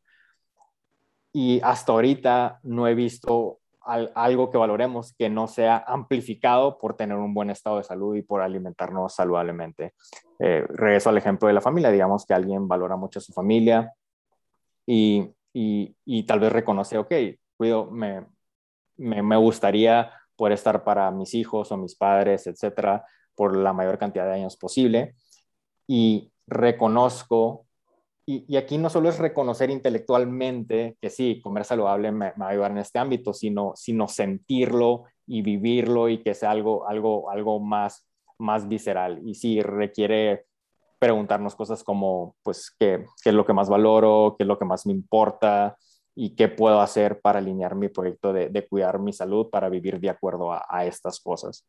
Y hasta ahorita no he visto al, algo que valoremos que no sea amplificado por tener un buen estado de salud y por alimentarnos saludablemente. Eh, regreso al ejemplo de la familia, digamos que alguien valora mucho a su familia y, y, y tal vez reconoce, ok, cuido, me, me, me gustaría poder estar para mis hijos o mis padres, etcétera, por la mayor cantidad de años posible. Y reconozco, y, y aquí no solo es reconocer intelectualmente que sí, comer saludable me, me va a ayudar en este ámbito, sino, sino sentirlo y vivirlo y que sea algo, algo, algo más, más visceral. Y sí, requiere preguntarnos cosas como, pues, ¿qué, qué es lo que más valoro? ¿Qué es lo que más me importa? ¿Y qué puedo hacer para alinear mi proyecto de, de cuidar mi salud para vivir de acuerdo a, a estas cosas?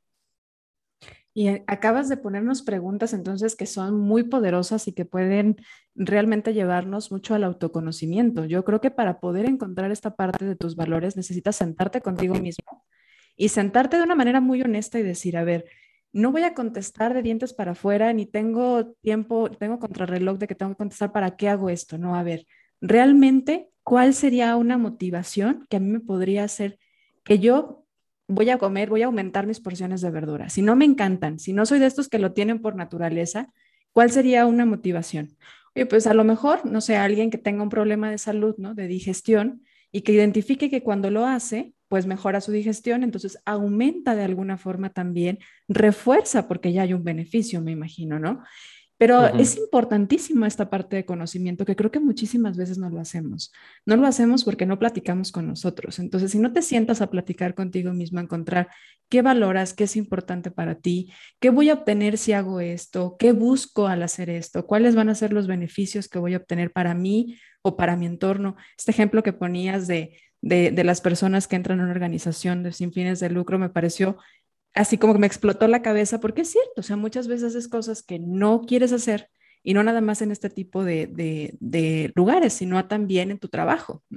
Y acabas de ponernos preguntas entonces que son muy poderosas y que pueden realmente llevarnos mucho al autoconocimiento. Yo creo que para poder encontrar esta parte de tus valores necesitas sentarte contigo mismo y sentarte de una manera muy honesta y decir, a ver, no voy a contestar de dientes para afuera, ni tengo tiempo, tengo contrarreloj de que tengo que contestar para qué hago esto. No, a ver, realmente, ¿cuál sería una motivación que a mí me podría hacer que yo voy a comer, voy a aumentar mis porciones de verdura? Si no me encantan, si no soy de estos que lo tienen por naturaleza, ¿cuál sería una motivación? Oye, pues a lo mejor, no sé, alguien que tenga un problema de salud, ¿no? De digestión y que identifique que cuando lo hace, pues mejora su digestión, entonces aumenta de alguna forma también, refuerza porque ya hay un beneficio, me imagino, ¿no? Pero uh-huh. Es importantísimo esta parte de conocimiento que creo que muchísimas veces no lo hacemos. No lo hacemos porque no platicamos con nosotros. Entonces, si no te sientas a platicar contigo mismo, a encontrar qué valoras, qué es importante para ti, qué voy a obtener si hago esto, qué busco al hacer esto, cuáles van a ser los beneficios que voy a obtener para mí o para mi entorno. Este ejemplo que ponías de, de, de las personas que entran a una organización de sin fines de lucro me pareció así como que me explotó la cabeza, porque es cierto, o sea, muchas veces es cosas que no quieres hacer y no nada más en este tipo de, de, de lugares, sino también en tu trabajo, ¿no?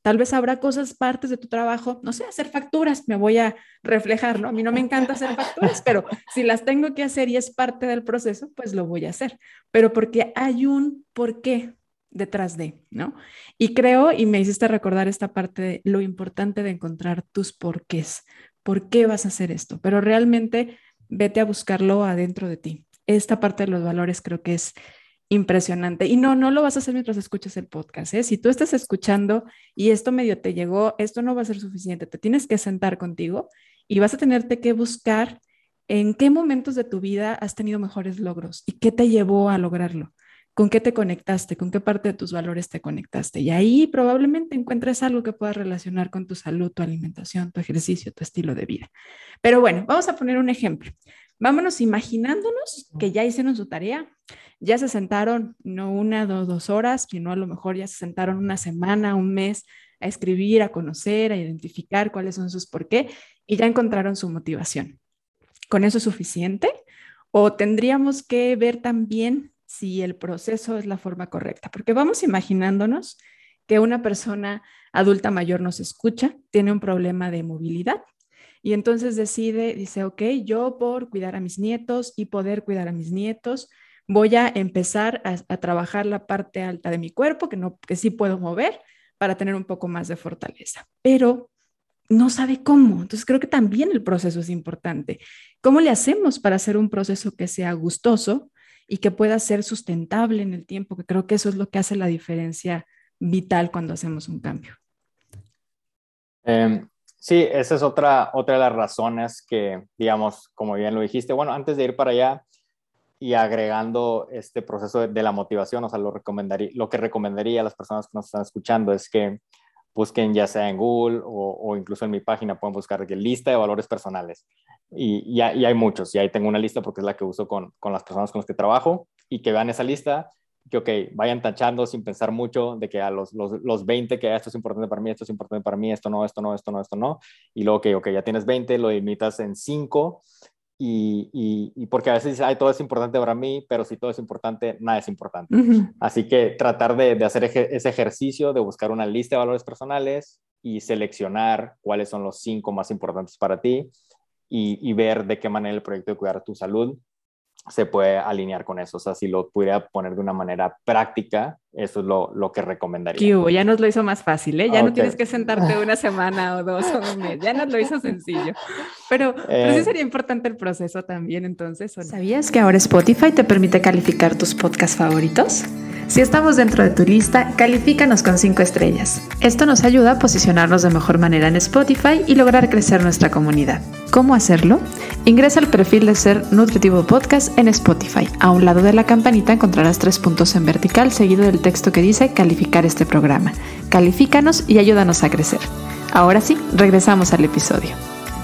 Tal vez habrá cosas, partes de tu trabajo, no sé, hacer facturas, me voy a reflejar, ¿no? A mí no me encanta hacer facturas, pero si las tengo que hacer y es parte del proceso, pues lo voy a hacer. Pero porque hay un porqué detrás de, ¿no? Y creo, y me hiciste recordar esta parte de lo importante de encontrar tus porqués. ¿Por qué vas a hacer esto? Pero realmente vete a buscarlo adentro de ti. Esta parte de los valores creo que es impresionante. Y no, no lo vas a hacer mientras escuchas el podcast, ¿eh? Si tú estás escuchando y esto medio te llegó, esto no va a ser suficiente. Te tienes que sentar contigo y vas a tenerte que buscar en qué momentos de tu vida has tenido mejores logros y qué te llevó a lograrlo. ¿Con qué te conectaste? ¿Con qué parte de tus valores te conectaste? Y ahí probablemente encuentres algo que puedas relacionar con tu salud, tu alimentación, tu ejercicio, tu estilo de vida. Pero bueno, vamos a poner un ejemplo. Vámonos imaginándonos que ya hicieron su tarea, ya se sentaron no una o dos, dos horas, sino a lo mejor ya se sentaron una semana, un mes a escribir, a conocer, a identificar cuáles son sus por qué y ya encontraron su motivación. ¿Con eso es suficiente? ¿O tendríamos que ver también si el proceso es la forma correcta? Porque vamos imaginándonos que una persona adulta mayor nos escucha, tiene un problema de movilidad y entonces decide, dice, ok, yo por cuidar a mis nietos y poder cuidar a mis nietos, voy a empezar a, a trabajar la parte alta de mi cuerpo, que, no, que sí puedo mover, para tener un poco más de fortaleza. Pero no sabe cómo. Entonces creo que también el proceso es importante. ¿Cómo le hacemos para hacer un proceso que sea gustoso y que pueda ser sustentable en el tiempo? Que creo que eso es lo que hace la diferencia vital cuando hacemos un cambio. Eh, sí, esa es otra, otra de las razones que, digamos, como bien lo dijiste, bueno, antes de ir para allá y agregando este proceso de, de la motivación, o sea, lo, recomendaría, lo que recomendaría a las personas que nos están escuchando es que busquen ya sea en Google o, o incluso en mi página, pueden buscar que lista de valores personales. Y, y, y hay muchos, y ahí tengo una lista porque es la que uso con, con las personas con las que trabajo, y que vean esa lista, que ok, vayan tachando sin pensar mucho de que a los, los, los veinte, que esto es importante para mí, esto es importante para mí, esto no, esto no, esto no, esto no, y luego que ok, ya tienes veinte, lo limitas en cinco, y, y, y porque a veces dice, ay, todo es importante para mí, pero si todo es importante, nada es importante. Uh-huh. Así que tratar de, de hacer eje, ese ejercicio, de buscar una lista de valores personales y seleccionar cuáles son los cinco más importantes para ti y, y ver de qué manera el proyecto de cuidar tu salud se puede alinear con eso. O sea, si lo pudiera poner de una manera práctica, eso es lo, lo que recomendaría. ¿Qué hubo? Ya nos lo hizo más fácil, ¿eh? Ya no Ok. tienes que sentarte una semana o dos o un mes, ya nos lo hizo sencillo. Pero, pero sí Eh, sería importante el proceso también, entonces. ¿O no? ¿Sabías que ahora Spotify te permite calificar tus podcasts favoritos? Si estamos dentro de tu lista, califícanos con cinco estrellas. Esto nos ayuda a posicionarnos de mejor manera en Spotify y lograr crecer nuestra comunidad. ¿Cómo hacerlo? Ingresa al perfil de Ser Nutritivo Podcast en Spotify. A un lado de la campanita encontrarás tres puntos en vertical seguido del texto que dice calificar este programa. Califícanos y ayúdanos a crecer. Ahora sí, regresamos al episodio.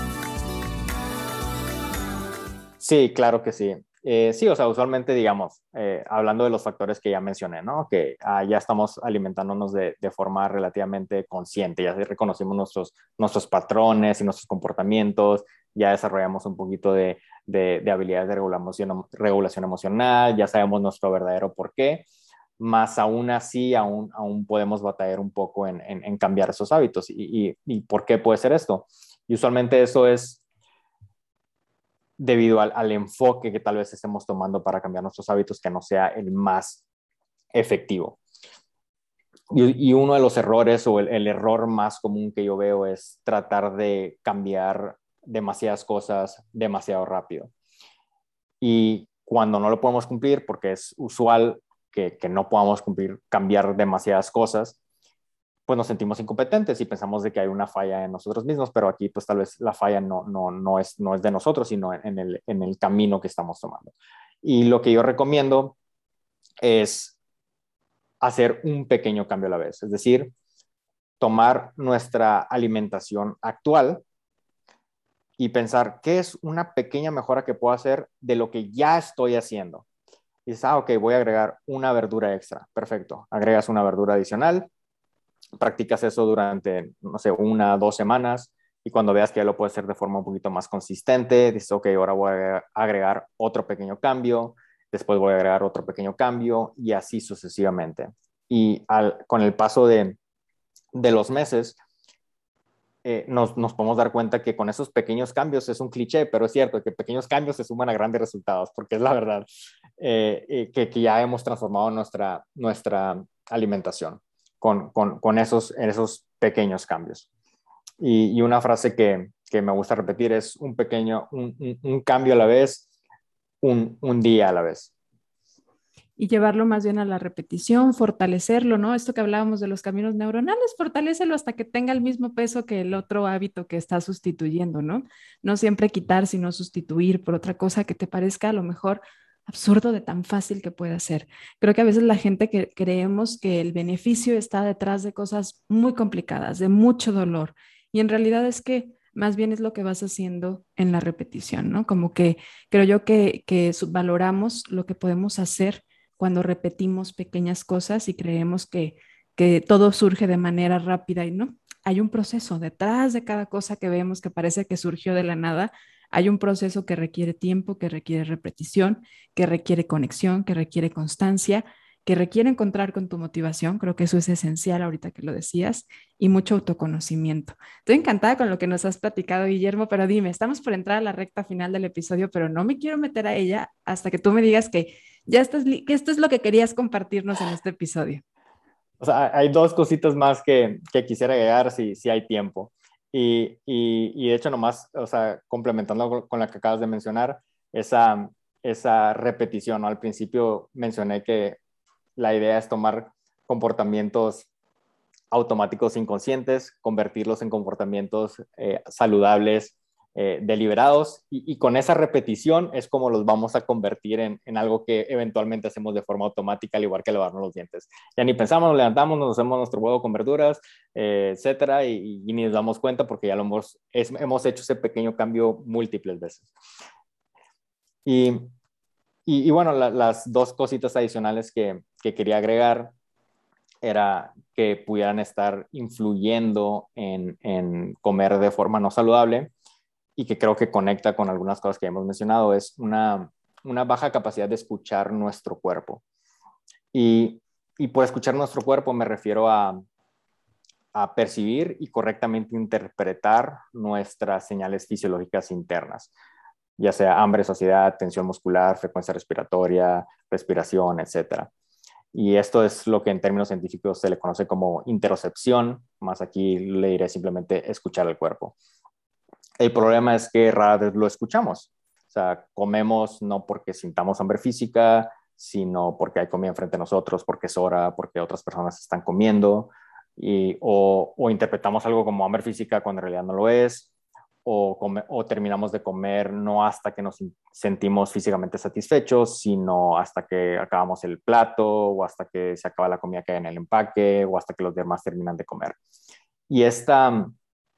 Sí, claro que sí. Eh, sí, o sea, usualmente, digamos, eh, hablando de los factores que ya mencioné, ¿no? Que ah, ya estamos alimentándonos de, de forma relativamente consciente, ya reconocimos nuestros, nuestros patrones y nuestros comportamientos, ya desarrollamos un poquito de, de, de habilidades de regulación, regulación emocional, ya sabemos nuestro verdadero porqué, más aún así, aún, aún podemos batallar un poco en, en, en cambiar esos hábitos. Y, y, ¿Y por qué puede ser esto? Y usualmente eso es debido al, al enfoque que tal vez estemos tomando para cambiar nuestros hábitos, que no sea el más efectivo. Y, y uno de los errores o el, el error más común que yo veo es tratar de cambiar demasiadas cosas demasiado rápido. Y cuando no lo podemos cumplir, porque es usual que, que no podamos cumplir, cambiar demasiadas cosas, pues nos sentimos incompetentes y pensamos de que hay una falla en nosotros mismos, pero aquí pues tal vez la falla no, no, no, es, no es de nosotros, sino en el, en el camino que estamos tomando. Y lo que yo recomiendo es hacer un pequeño cambio a la vez, es decir, tomar nuestra alimentación actual y pensar qué es una pequeña mejora que puedo hacer de lo que ya estoy haciendo. Y dices, ah, ok, voy a agregar una verdura extra. Perfecto, agregas una verdura adicional, practicas eso durante, no sé, una, dos semanas y cuando veas que ya lo puedes hacer de forma un poquito más consistente, dices, ok, ahora voy a agregar otro pequeño cambio, después voy a agregar otro pequeño cambio y así sucesivamente. Y al, con el paso de, de los meses, eh, nos, nos podemos dar cuenta que con esos pequeños cambios, es un cliché, pero es cierto que pequeños cambios se suman a grandes resultados, porque es la verdad, eh, eh, que, que ya hemos transformado nuestra, nuestra alimentación con, con, con esos, esos pequeños cambios. Y, y una frase que, que me gusta repetir es un pequeño, un, un, un cambio a la vez, un, un día a la vez. Y llevarlo más bien a la repetición, fortalecerlo, ¿no? Esto que hablábamos de los caminos neuronales, fortalécelo hasta que tenga el mismo peso que el otro hábito que está sustituyendo, ¿no? No siempre quitar, sino sustituir por otra cosa que te parezca a lo mejor absurdo de tan fácil que pueda ser. Creo que a veces la gente que creemos que el beneficio está detrás de cosas muy complicadas, de mucho dolor, y en realidad es que más bien es lo que vas haciendo en la repetición, ¿no? Como que creo yo que, que valoramos lo que podemos hacer cuando repetimos pequeñas cosas y creemos que, que todo surge de manera rápida y no. Hay un proceso detrás de cada cosa que vemos que parece que surgió de la nada. Hay un proceso que requiere tiempo, que requiere repetición, que requiere conexión, que requiere constancia, que requiere encontrar con tu motivación. Creo que eso es esencial ahorita que lo decías y mucho autoconocimiento. Estoy encantada con lo que nos has platicado, Guillermo, pero dime, estamos por entrar a la recta final del episodio, pero no me quiero meter a ella hasta que tú me digas que ya estás, que esto es lo que querías compartirnos en este episodio. O sea, hay dos cositas más que, que quisiera agregar si, si hay tiempo. Y, y, y de hecho, nomás, o sea, complementando con la que acabas de mencionar, esa, esa repetición, ¿no? Al principio mencioné que la idea es tomar comportamientos automáticos inconscientes, convertirlos en comportamientos eh, saludables, eh, deliberados, y, y, con esa repetición es como los vamos a convertir en, en algo que eventualmente hacemos de forma automática, al igual que lavarnos los dientes. Ya ni pensamos, nos levantamos, nos hacemos nuestro huevo con verduras, eh, etcétera, y, y ni nos damos cuenta porque ya lo hemos, es, hemos hecho ese pequeño cambio múltiples veces. Y, y, y bueno, la, las dos cositas adicionales que, que quería agregar era que pudieran estar influyendo en, en comer de forma no saludable, y que creo que conecta con algunas cosas que hemos mencionado, es una, una baja capacidad de escuchar nuestro cuerpo. Y, y por escuchar nuestro cuerpo me refiero a, a percibir y correctamente interpretar nuestras señales fisiológicas internas, ya sea hambre, saciedad, tensión muscular, frecuencia respiratoria, respiración, etcétera. Y esto es lo que en términos científicos se le conoce como interocepción, más aquí le diré simplemente escuchar el cuerpo. El problema es que rara vez lo escuchamos. O sea, comemos no porque sintamos hambre física, sino porque hay comida enfrente de nosotros, porque es hora, porque otras personas están comiendo, y, o, o interpretamos algo como hambre física cuando en realidad no lo es, o, come, o terminamos de comer no hasta que nos sentimos físicamente satisfechos, sino hasta que acabamos el plato, o hasta que se acaba la comida que hay en el empaque, o hasta que los demás terminan de comer. Y esta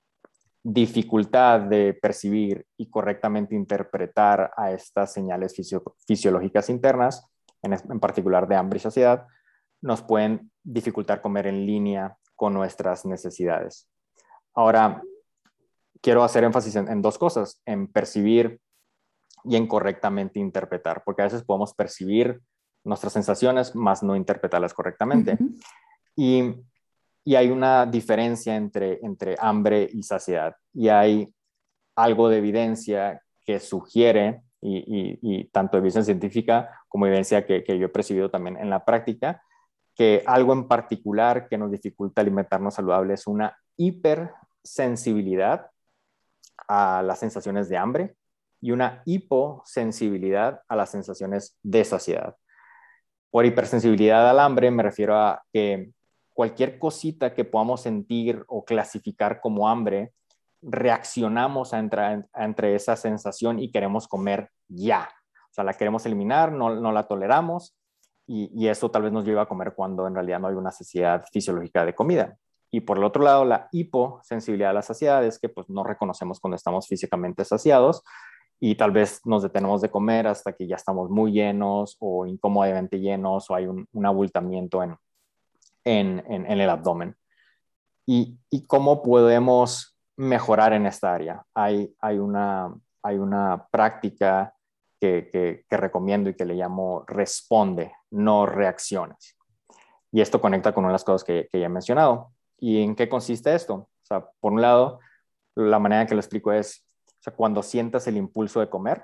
dificultad de percibir y correctamente interpretar a estas señales fisio fisiológicas internas, en, en particular de hambre y saciedad, nos pueden dificultar comer en línea con nuestras necesidades. Ahora, quiero hacer énfasis en, en dos cosas, en percibir y en correctamente interpretar, porque a veces podemos percibir nuestras sensaciones, más no interpretarlas correctamente. Uh-huh. Y, y hay una diferencia entre, entre hambre y saciedad. Y hay algo de evidencia que sugiere, y, y, y tanto evidencia científica como evidencia que, que yo he percibido también en la práctica, que algo en particular que nos dificulta alimentarnos saludable es una hipersensibilidad a las sensaciones de hambre y una hiposensibilidad a las sensaciones de saciedad. Por hipersensibilidad al hambre me refiero a que cualquier cosita que podamos sentir o clasificar como hambre, reaccionamos a entre, a entre esa sensación y queremos comer ya. O sea, la queremos eliminar, no, no la toleramos, y, y eso tal vez nos lleva a comer cuando en realidad no hay una necesidad fisiológica de comida. Y por el otro lado, la hiposensibilidad a la saciedad es que pues, no reconocemos cuando estamos físicamente saciados, y tal vez nos detenemos de comer hasta que ya estamos muy llenos o incómodamente llenos, o hay un, un abultamiento en, en, en, en el abdomen. ¿Y, y cómo podemos mejorar en esta área? Hay, hay, una, hay una práctica que, que, que recomiendo y que le llamo responde, no reacciones. Y esto conecta con una de las cosas que, que ya he mencionado. ¿Y en qué consiste esto? O sea, por un lado, la manera en que lo explico es, o sea, cuando sientas el impulso de comer,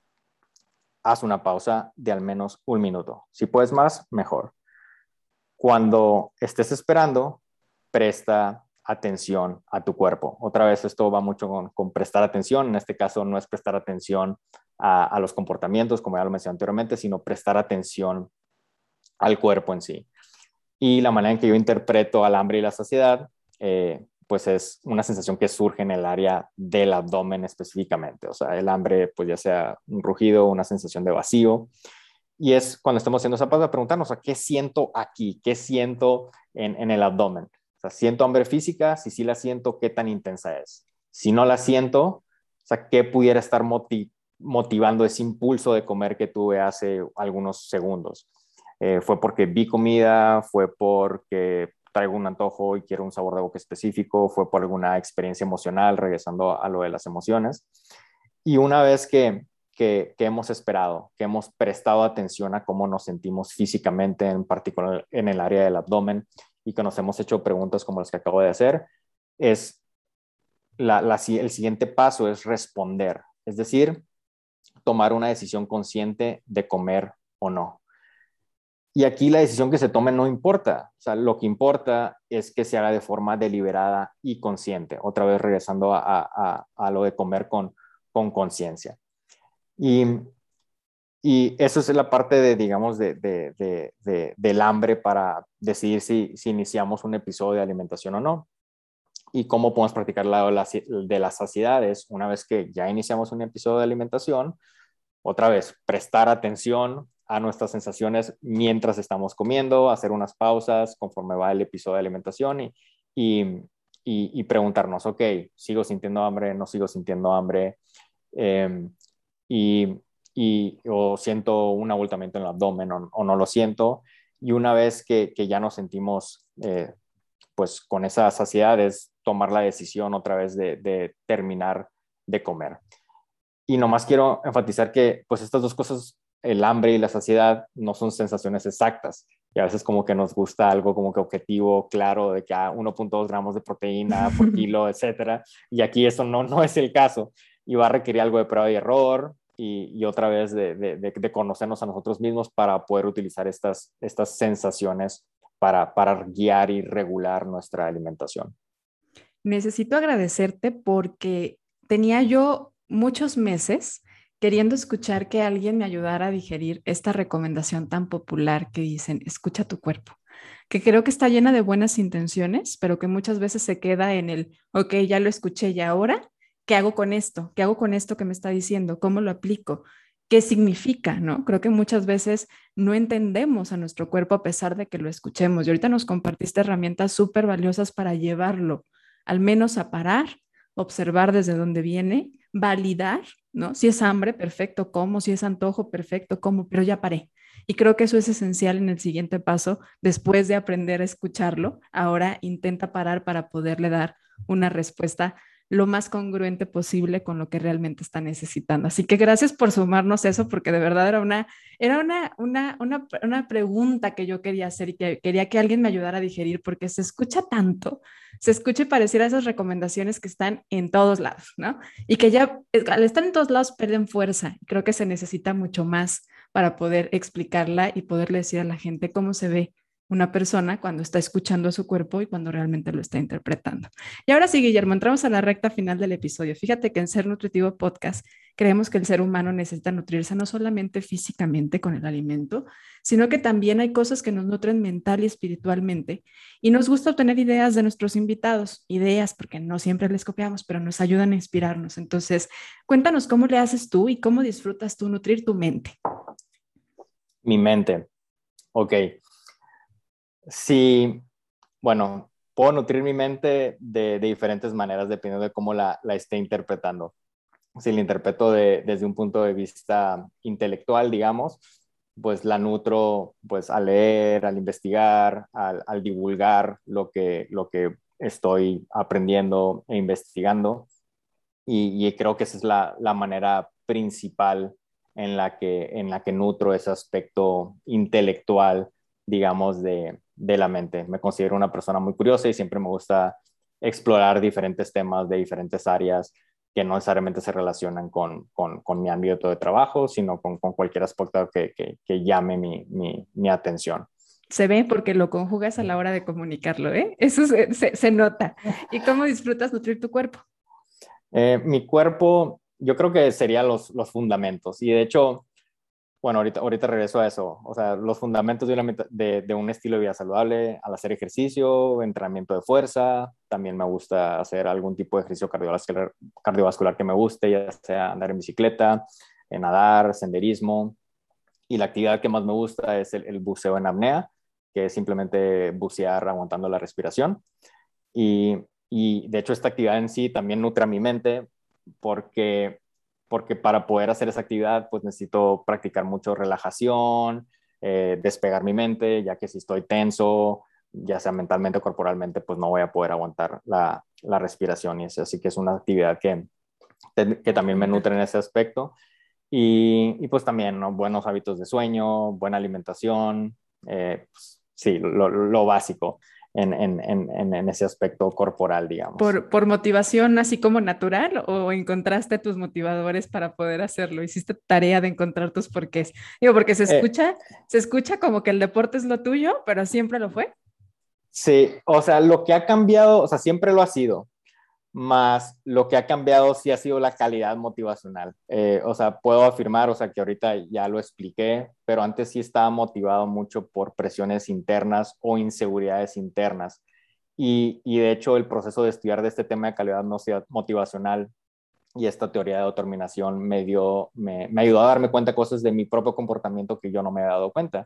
haz una pausa de al menos un minuto. Si puedes más, mejor. Cuando estés esperando, presta atención a tu cuerpo. Otra vez, esto va mucho con, con prestar atención. En este caso, no es prestar atención a, a los comportamientos, como ya lo mencioné anteriormente, sino prestar atención al cuerpo en sí. Y la manera en que yo interpreto al hambre y la saciedad, eh, pues es una sensación que surge en el área del abdomen específicamente. O sea, el hambre, pues ya sea un rugido, una sensación de vacío. Y es cuando estamos haciendo esa pausa, preguntarnos, ¿a qué siento aquí? ¿Qué siento en, en el abdomen? O sea, ¿siento hambre física? Si sí la siento, ¿qué tan intensa es? Si no la siento, o sea, ¿qué pudiera estar motiv motivando ese impulso de comer que tuve hace algunos segundos? Eh, ¿Fue porque vi comida? ¿Fue porque traigo un antojo y quiero un sabor de boca específico? ¿Fue por alguna experiencia emocional? Regresando a lo de las emociones. Y una vez que, que, que hemos esperado, que hemos prestado atención a cómo nos sentimos físicamente, en particular en el área del abdomen, y que nos hemos hecho preguntas como las que acabo de hacer, es la, la, el siguiente paso es responder, es decir, tomar una decisión consciente de comer o no. Y aquí la decisión que se tome no importa, o sea, lo que importa es que se haga de forma deliberada y consciente, otra vez regresando a, a, a lo de comer con con conciencia. Y, y eso es la parte de, digamos, de, de, de, de, del hambre para decidir si, si iniciamos un episodio de alimentación o no. Y cómo podemos practicar la de las saciedades una vez que ya iniciamos un episodio de alimentación. Otra vez, prestar atención a nuestras sensaciones mientras estamos comiendo, hacer unas pausas conforme va el episodio de alimentación y, y, y, y preguntarnos, ok, ¿sigo sintiendo hambre? ¿No sigo sintiendo hambre? Eh, y, y, o siento un abultamiento en el abdomen o, o no lo siento. Y una vez que, que ya nos sentimos eh, pues con esa saciedad es tomar la decisión otra vez de, de terminar de comer. Y nomás quiero enfatizar que pues estas dos cosas, el hambre y la saciedad, no son sensaciones exactas. Y a veces como que nos gusta algo como que objetivo, claro, de que a uno punto dos gramos de proteína por kilo, etcétera. Y aquí eso no, no es el caso. Y va a requerir algo de prueba y error y, y otra vez de, de, de, de conocernos a nosotros mismos para poder utilizar estas, estas sensaciones para, para guiar y regular nuestra alimentación. Necesito agradecerte porque tenía yo muchos meses queriendo escuchar que alguien me ayudara a digerir esta recomendación tan popular que dicen, escucha tu cuerpo, que creo que está llena de buenas intenciones, pero que muchas veces se queda en el, ok, ya lo escuché y ahora, ¿qué hago con esto? ¿Qué hago con esto que me está diciendo? ¿Cómo lo aplico? ¿Qué significa? ¿No? Creo que muchas veces no entendemos a nuestro cuerpo a pesar de que lo escuchemos. Y ahorita nos compartiste herramientas súper valiosas para llevarlo al menos a parar, observar desde dónde viene, validar, ¿no? Si es hambre, perfecto, como, si es antojo, perfecto, como, pero ya paré. Y creo que eso es esencial en el siguiente paso, después de aprender a escucharlo. Ahora intenta parar para poderle dar una respuesta lo más congruente posible con lo que realmente está necesitando. Así que gracias por sumarnos eso, porque de verdad era una, era una, una, una, una pregunta que yo quería hacer y que quería que alguien me ayudara a digerir, porque se escucha tanto, se escucha y pareciera esas recomendaciones que están en todos lados, ¿no? Y que ya al estar en todos lados pierden fuerza. Creo que se necesita mucho más para poder explicarla y poderle decir a la gente cómo se ve una persona cuando está escuchando a su cuerpo y cuando realmente lo está interpretando. Y ahora sí, Guillermo, entramos a la recta final del episodio. Fíjate que en Ser Nutritivo Podcast creemos que el ser humano necesita nutrirse no solamente físicamente con el alimento, sino que también hay cosas que nos nutren mental y espiritualmente. Y nos gusta obtener ideas de nuestros invitados, ideas porque no siempre les copiamos, pero nos ayudan a inspirarnos. Entonces, cuéntanos cómo le haces tú y cómo disfrutas tú nutrir tu mente. Mi mente. Ok. Sí, bueno, puedo nutrir mi mente de, de diferentes maneras dependiendo de cómo la, la esté interpretando. Si la interpreto de, desde un punto de vista intelectual, digamos, pues la nutro pues al leer, al investigar, al, al divulgar lo que, lo que estoy aprendiendo e investigando. Y, y creo que esa es la, la manera principal en la, que, en la que nutro ese aspecto intelectual, digamos, de, de la mente. Me considero una persona muy curiosa y siempre me gusta explorar diferentes temas de diferentes áreas que no necesariamente se relacionan con, con, con mi ámbito de trabajo, sino con, con cualquier aspecto que, que, que llame mi, mi, mi atención. Se ve porque lo conjugas a la hora de comunicarlo, ¿eh? Eso se, se, se nota. ¿Y cómo disfrutas nutrir tu cuerpo? Eh, mi cuerpo, yo creo que serían los, los fundamentos. Y de hecho, bueno, ahorita, ahorita regreso a eso. O sea, los fundamentos de, una, de, de un estilo de vida saludable, al hacer ejercicio, entrenamiento de fuerza. También me gusta hacer algún tipo de ejercicio cardiovascular, cardiovascular que me guste, ya sea andar en bicicleta, en nadar, senderismo. Y la actividad que más me gusta es el, el buceo en apnea, que es simplemente bucear aguantando la respiración. Y, y de hecho esta actividad en sí también nutre a mi mente porque, porque para poder hacer esa actividad pues necesito practicar mucho relajación, eh, despegar mi mente, ya que si estoy tenso, ya sea mentalmente o corporalmente, pues no voy a poder aguantar la, la respiración. Y es, así que es una actividad que, que también me nutre en ese aspecto. Y, y pues también, ¿no? Buenos hábitos de sueño, buena alimentación, eh, pues, sí, lo, lo básico en, en, en, en ese aspecto corporal, digamos. ¿Por, por motivación así como natural o encontraste tus motivadores para poder hacerlo? ¿Hiciste tarea de encontrar tus porqués? Digo, porque se Eh, escucha, se escucha como que el deporte es lo tuyo, pero siempre lo fue. sí, o sea, lo que ha cambiado, o sea, siempre lo ha sido, más lo que ha cambiado sí ha sido la calidad motivacional. Eh, o sea, puedo afirmar, o sea, que ahorita ya lo expliqué, pero antes sí estaba motivado mucho por presiones internas o inseguridades internas. Y, y de hecho el proceso de estudiar de este tema de calidad motivacional y esta teoría de determinación me, dio, me, me ayudó a darme cuenta de cosas de mi propio comportamiento que yo no me había dado cuenta.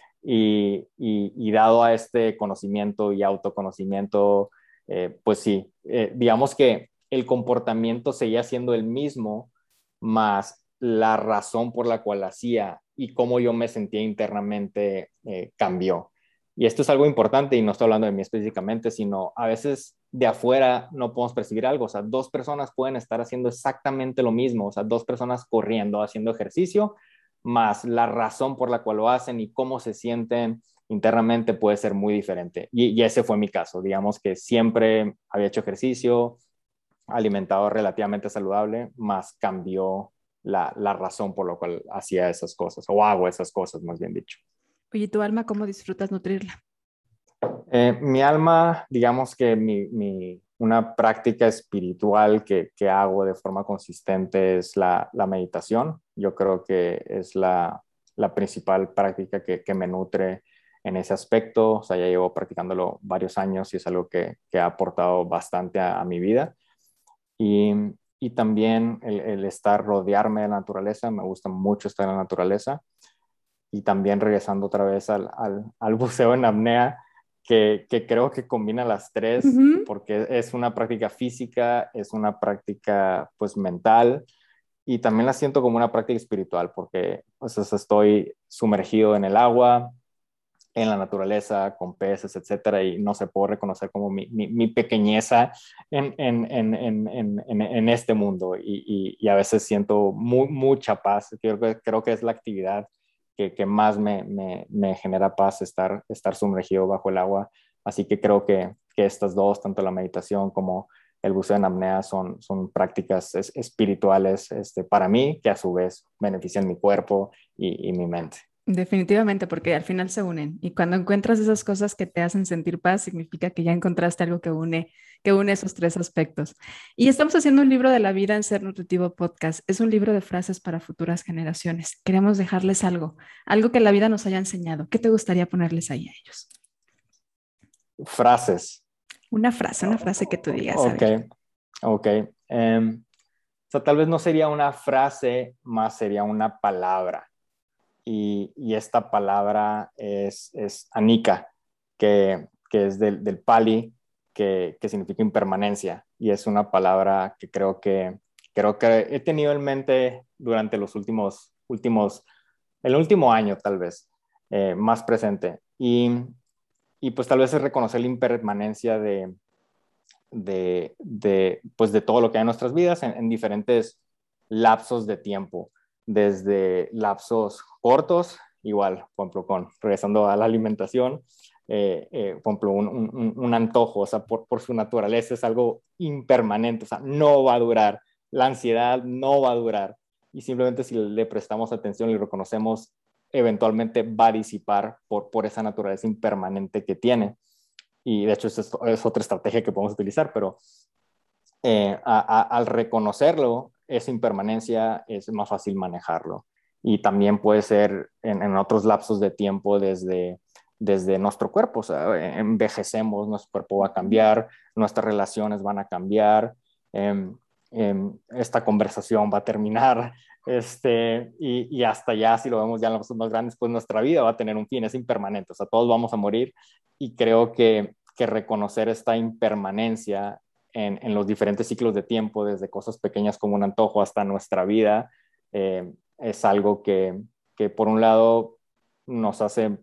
Y, y, y dado a este conocimiento y autoconocimiento, eh, pues sí, eh, digamos que el comportamiento seguía siendo el mismo, más la razón por la cual hacía y cómo yo me sentía internamente eh, cambió. Y esto es algo importante y no estoy hablando de mí específicamente, sino a veces de afuera no podemos percibir algo. O sea, dos personas pueden estar haciendo exactamente lo mismo. O sea, dos personas corriendo, haciendo ejercicio, más la razón por la cual lo hacen y cómo se sienten internamente puede ser muy diferente. Y, y ese fue mi caso. Digamos que siempre había hecho ejercicio, alimentado relativamente saludable, más cambió la, la razón por la cual hacía esas cosas, o hago esas cosas, más bien dicho. Oye, ¿tu alma cómo disfrutas nutrirla? Eh, mi alma, digamos que mi, mi, una práctica espiritual que, que, hago de forma consistente es la, la meditación. Yo creo que es la, la principal práctica que, que, me nutre en ese aspecto. O sea, ya llevo practicándolo varios años y es algo que, que ha aportado bastante a, a mi vida. Y, y también el, el estar, rodearme de la naturaleza. Me gusta mucho estar en la naturaleza. Y también regresando otra vez al, al, al buceo en apnea, que, que, creo que combina las tres Uh-huh. porque es una práctica física, es una práctica pues mental y también la siento como una práctica espiritual porque pues, estoy sumergido en el agua, en la naturaleza, con peces, etcétera, y no se puede reconocer como mi, mi, mi pequeñeza en, en, en, en, en, en este mundo y, y, y, a veces siento muy, mucha paz. Creo que, creo que es la actividad que, que más me, me, me, genera paz, estar, estar sumergido bajo el agua. Así que creo que, que estas dos, tanto la meditación como el buceo en apnea, son, son prácticas es, espirituales este, para mí, que a su vez benefician mi cuerpo y, y mi mente. Definitivamente, porque al final se unen y cuando encuentras esas cosas que te hacen sentir paz, significa que ya encontraste algo que une, que une esos tres aspectos. Y estamos haciendo un libro de la vida en Ser Nutritivo Podcast. Es un libro de frases para futuras generaciones. Queremos dejarles algo, algo que la vida nos haya enseñado. ¿Qué te gustaría ponerles ahí a ellos? Frases. Una frase, una frase que tú digas, a Ok, ver. ok. Um, o sea, tal vez no sería una frase, más sería una palabra. Y, y esta palabra es, es anika, que, que es del, del pali, que, que significa impermanencia. Y es una palabra que creo que, creo que he tenido en mente durante los últimos, últimos el último año tal vez, eh, más presente. Y, y pues tal vez es reconocer la impermanencia de, de, de, pues de todo lo que hay en nuestras vidas en, en diferentes lapsos de tiempo, desde lapsos cortos, igual, por ejemplo, con, regresando a la alimentación, eh, eh, por ejemplo, un, un, un antojo, o sea, por, por su naturaleza es algo impermanente, o sea, no va a durar, la ansiedad no va a durar, y simplemente si le prestamos atención y reconocemos, eventualmente va a disipar por, por esa naturaleza impermanente que tiene. Y de hecho, esa es, es otra estrategia que podemos utilizar, pero eh, a, a, al reconocerlo, esa impermanencia es más fácil manejarlo. Y también puede ser en, en otros lapsos de tiempo desde, desde nuestro cuerpo, o sea, envejecemos, nuestro cuerpo va a cambiar, nuestras relaciones van a cambiar, eh, eh, esta conversación va a terminar, este, y, y hasta ya, si lo vemos ya en los más grandes, pues nuestra vida va a tener un fin, es impermanente, o sea, todos vamos a morir, y creo que, que reconocer esta impermanencia en, en los diferentes ciclos de tiempo, desde cosas pequeñas como un antojo hasta nuestra vida, eh, es algo que, que por un lado nos hace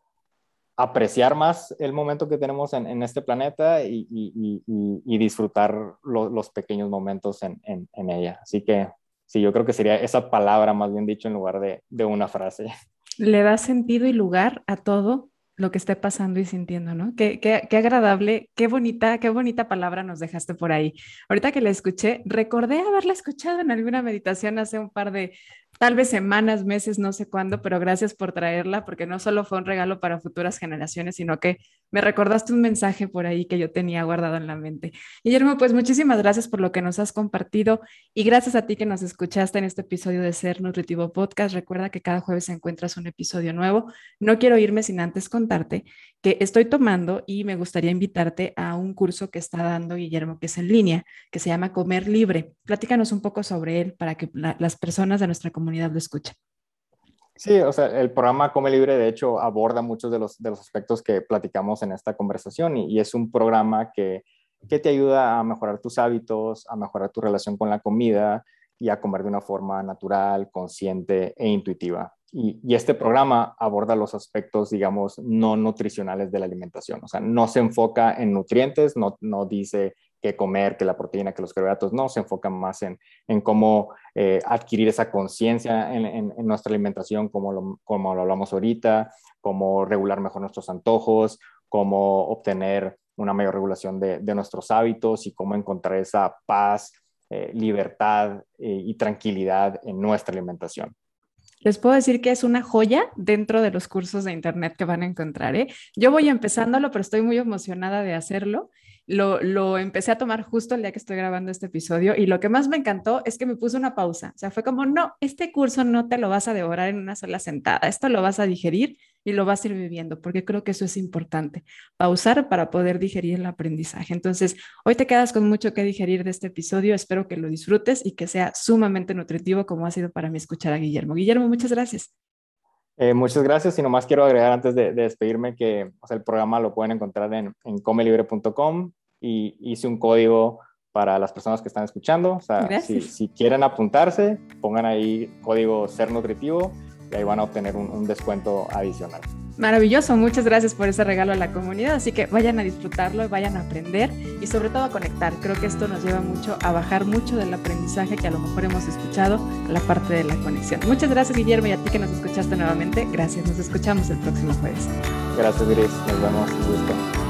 apreciar más el momento que tenemos en, en este planeta y, y, y, y disfrutar lo, los pequeños momentos en, en, en ella. Así que sí, yo creo que sería esa palabra más bien dicho en lugar de, de una frase. Le da sentido y lugar a todo lo que esté pasando y sintiendo, ¿no? Qué, qué, qué agradable, qué bonita, qué bonita palabra nos dejaste por ahí. Ahorita que la escuché, recordé haberla escuchado en alguna meditación hace un par de, tal vez semanas, meses, no sé cuándo, pero gracias por traerla, porque no solo fue un regalo para futuras generaciones, sino que me recordaste un mensaje por ahí que yo tenía guardado en la mente. Guillermo, pues muchísimas gracias por lo que nos has compartido y gracias a ti que nos escuchaste en este episodio de Ser Nutritivo Podcast. Recuerda que cada jueves encuentras un episodio nuevo. No quiero irme sin antes contarte que estoy tomando y me gustaría invitarte a un curso que está dando Guillermo, que es en línea, que se llama Comer Libre. Platícanos un poco sobre él para que la, las personas de nuestra comunidad lo escuchen. Sí, o sea, el programa Come Libre, de hecho, aborda muchos de los, de los aspectos que platicamos en esta conversación y, y es un programa que, que te ayuda a mejorar tus hábitos, a mejorar tu relación con la comida y a comer de una forma natural, consciente e intuitiva. Y, y este programa aborda los aspectos, digamos, no nutricionales de la alimentación. O sea, no se enfoca en nutrientes, no, no dice qué comer, que la proteína, que los carbohidratos, no, se enfoca más en, en cómo eh, adquirir esa conciencia en, en, en nuestra alimentación, como lo, como lo hablamos ahorita, cómo regular mejor nuestros antojos, cómo obtener una mayor regulación de, de nuestros hábitos y cómo encontrar esa paz, eh, libertad eh, y tranquilidad en nuestra alimentación. Les puedo decir que es una joya dentro de los cursos de internet que van a encontrar, ¿eh? Yo voy empezándolo, pero estoy muy emocionada de hacerlo. Lo, lo empecé a tomar justo el día que estoy grabando este episodio y lo que más me encantó es que me puse una pausa. O sea, fue como, no, este curso no te lo vas a devorar en una sola sentada, esto lo vas a digerir y lo vas a ir viviendo, porque creo que eso es importante, pausar para poder digerir el aprendizaje. Entonces, hoy te quedas con mucho que digerir de este episodio, espero que lo disfrutes y que sea sumamente nutritivo como ha sido para mí escuchar a Guillermo. Guillermo, muchas gracias. Eh, muchas gracias y nomás quiero agregar antes de, de despedirme que o sea, el programa lo pueden encontrar en, en comelibre punto com y hice un código para las personas que están escuchando. O sea, si, si quieren apuntarse, pongan ahí código Ser Nutritivo y ahí van a obtener un, un descuento adicional. Maravilloso, muchas gracias por ese regalo a la comunidad, así que vayan a disfrutarlo, vayan a aprender y sobre todo a conectar. Creo que esto nos lleva mucho a bajar mucho del aprendizaje que a lo mejor hemos escuchado a la parte de la conexión. Muchas gracias, Guillermo, y a ti que nos escuchaste nuevamente, gracias, nos escuchamos el próximo jueves. Gracias, Iris, nos vemos, un gusto.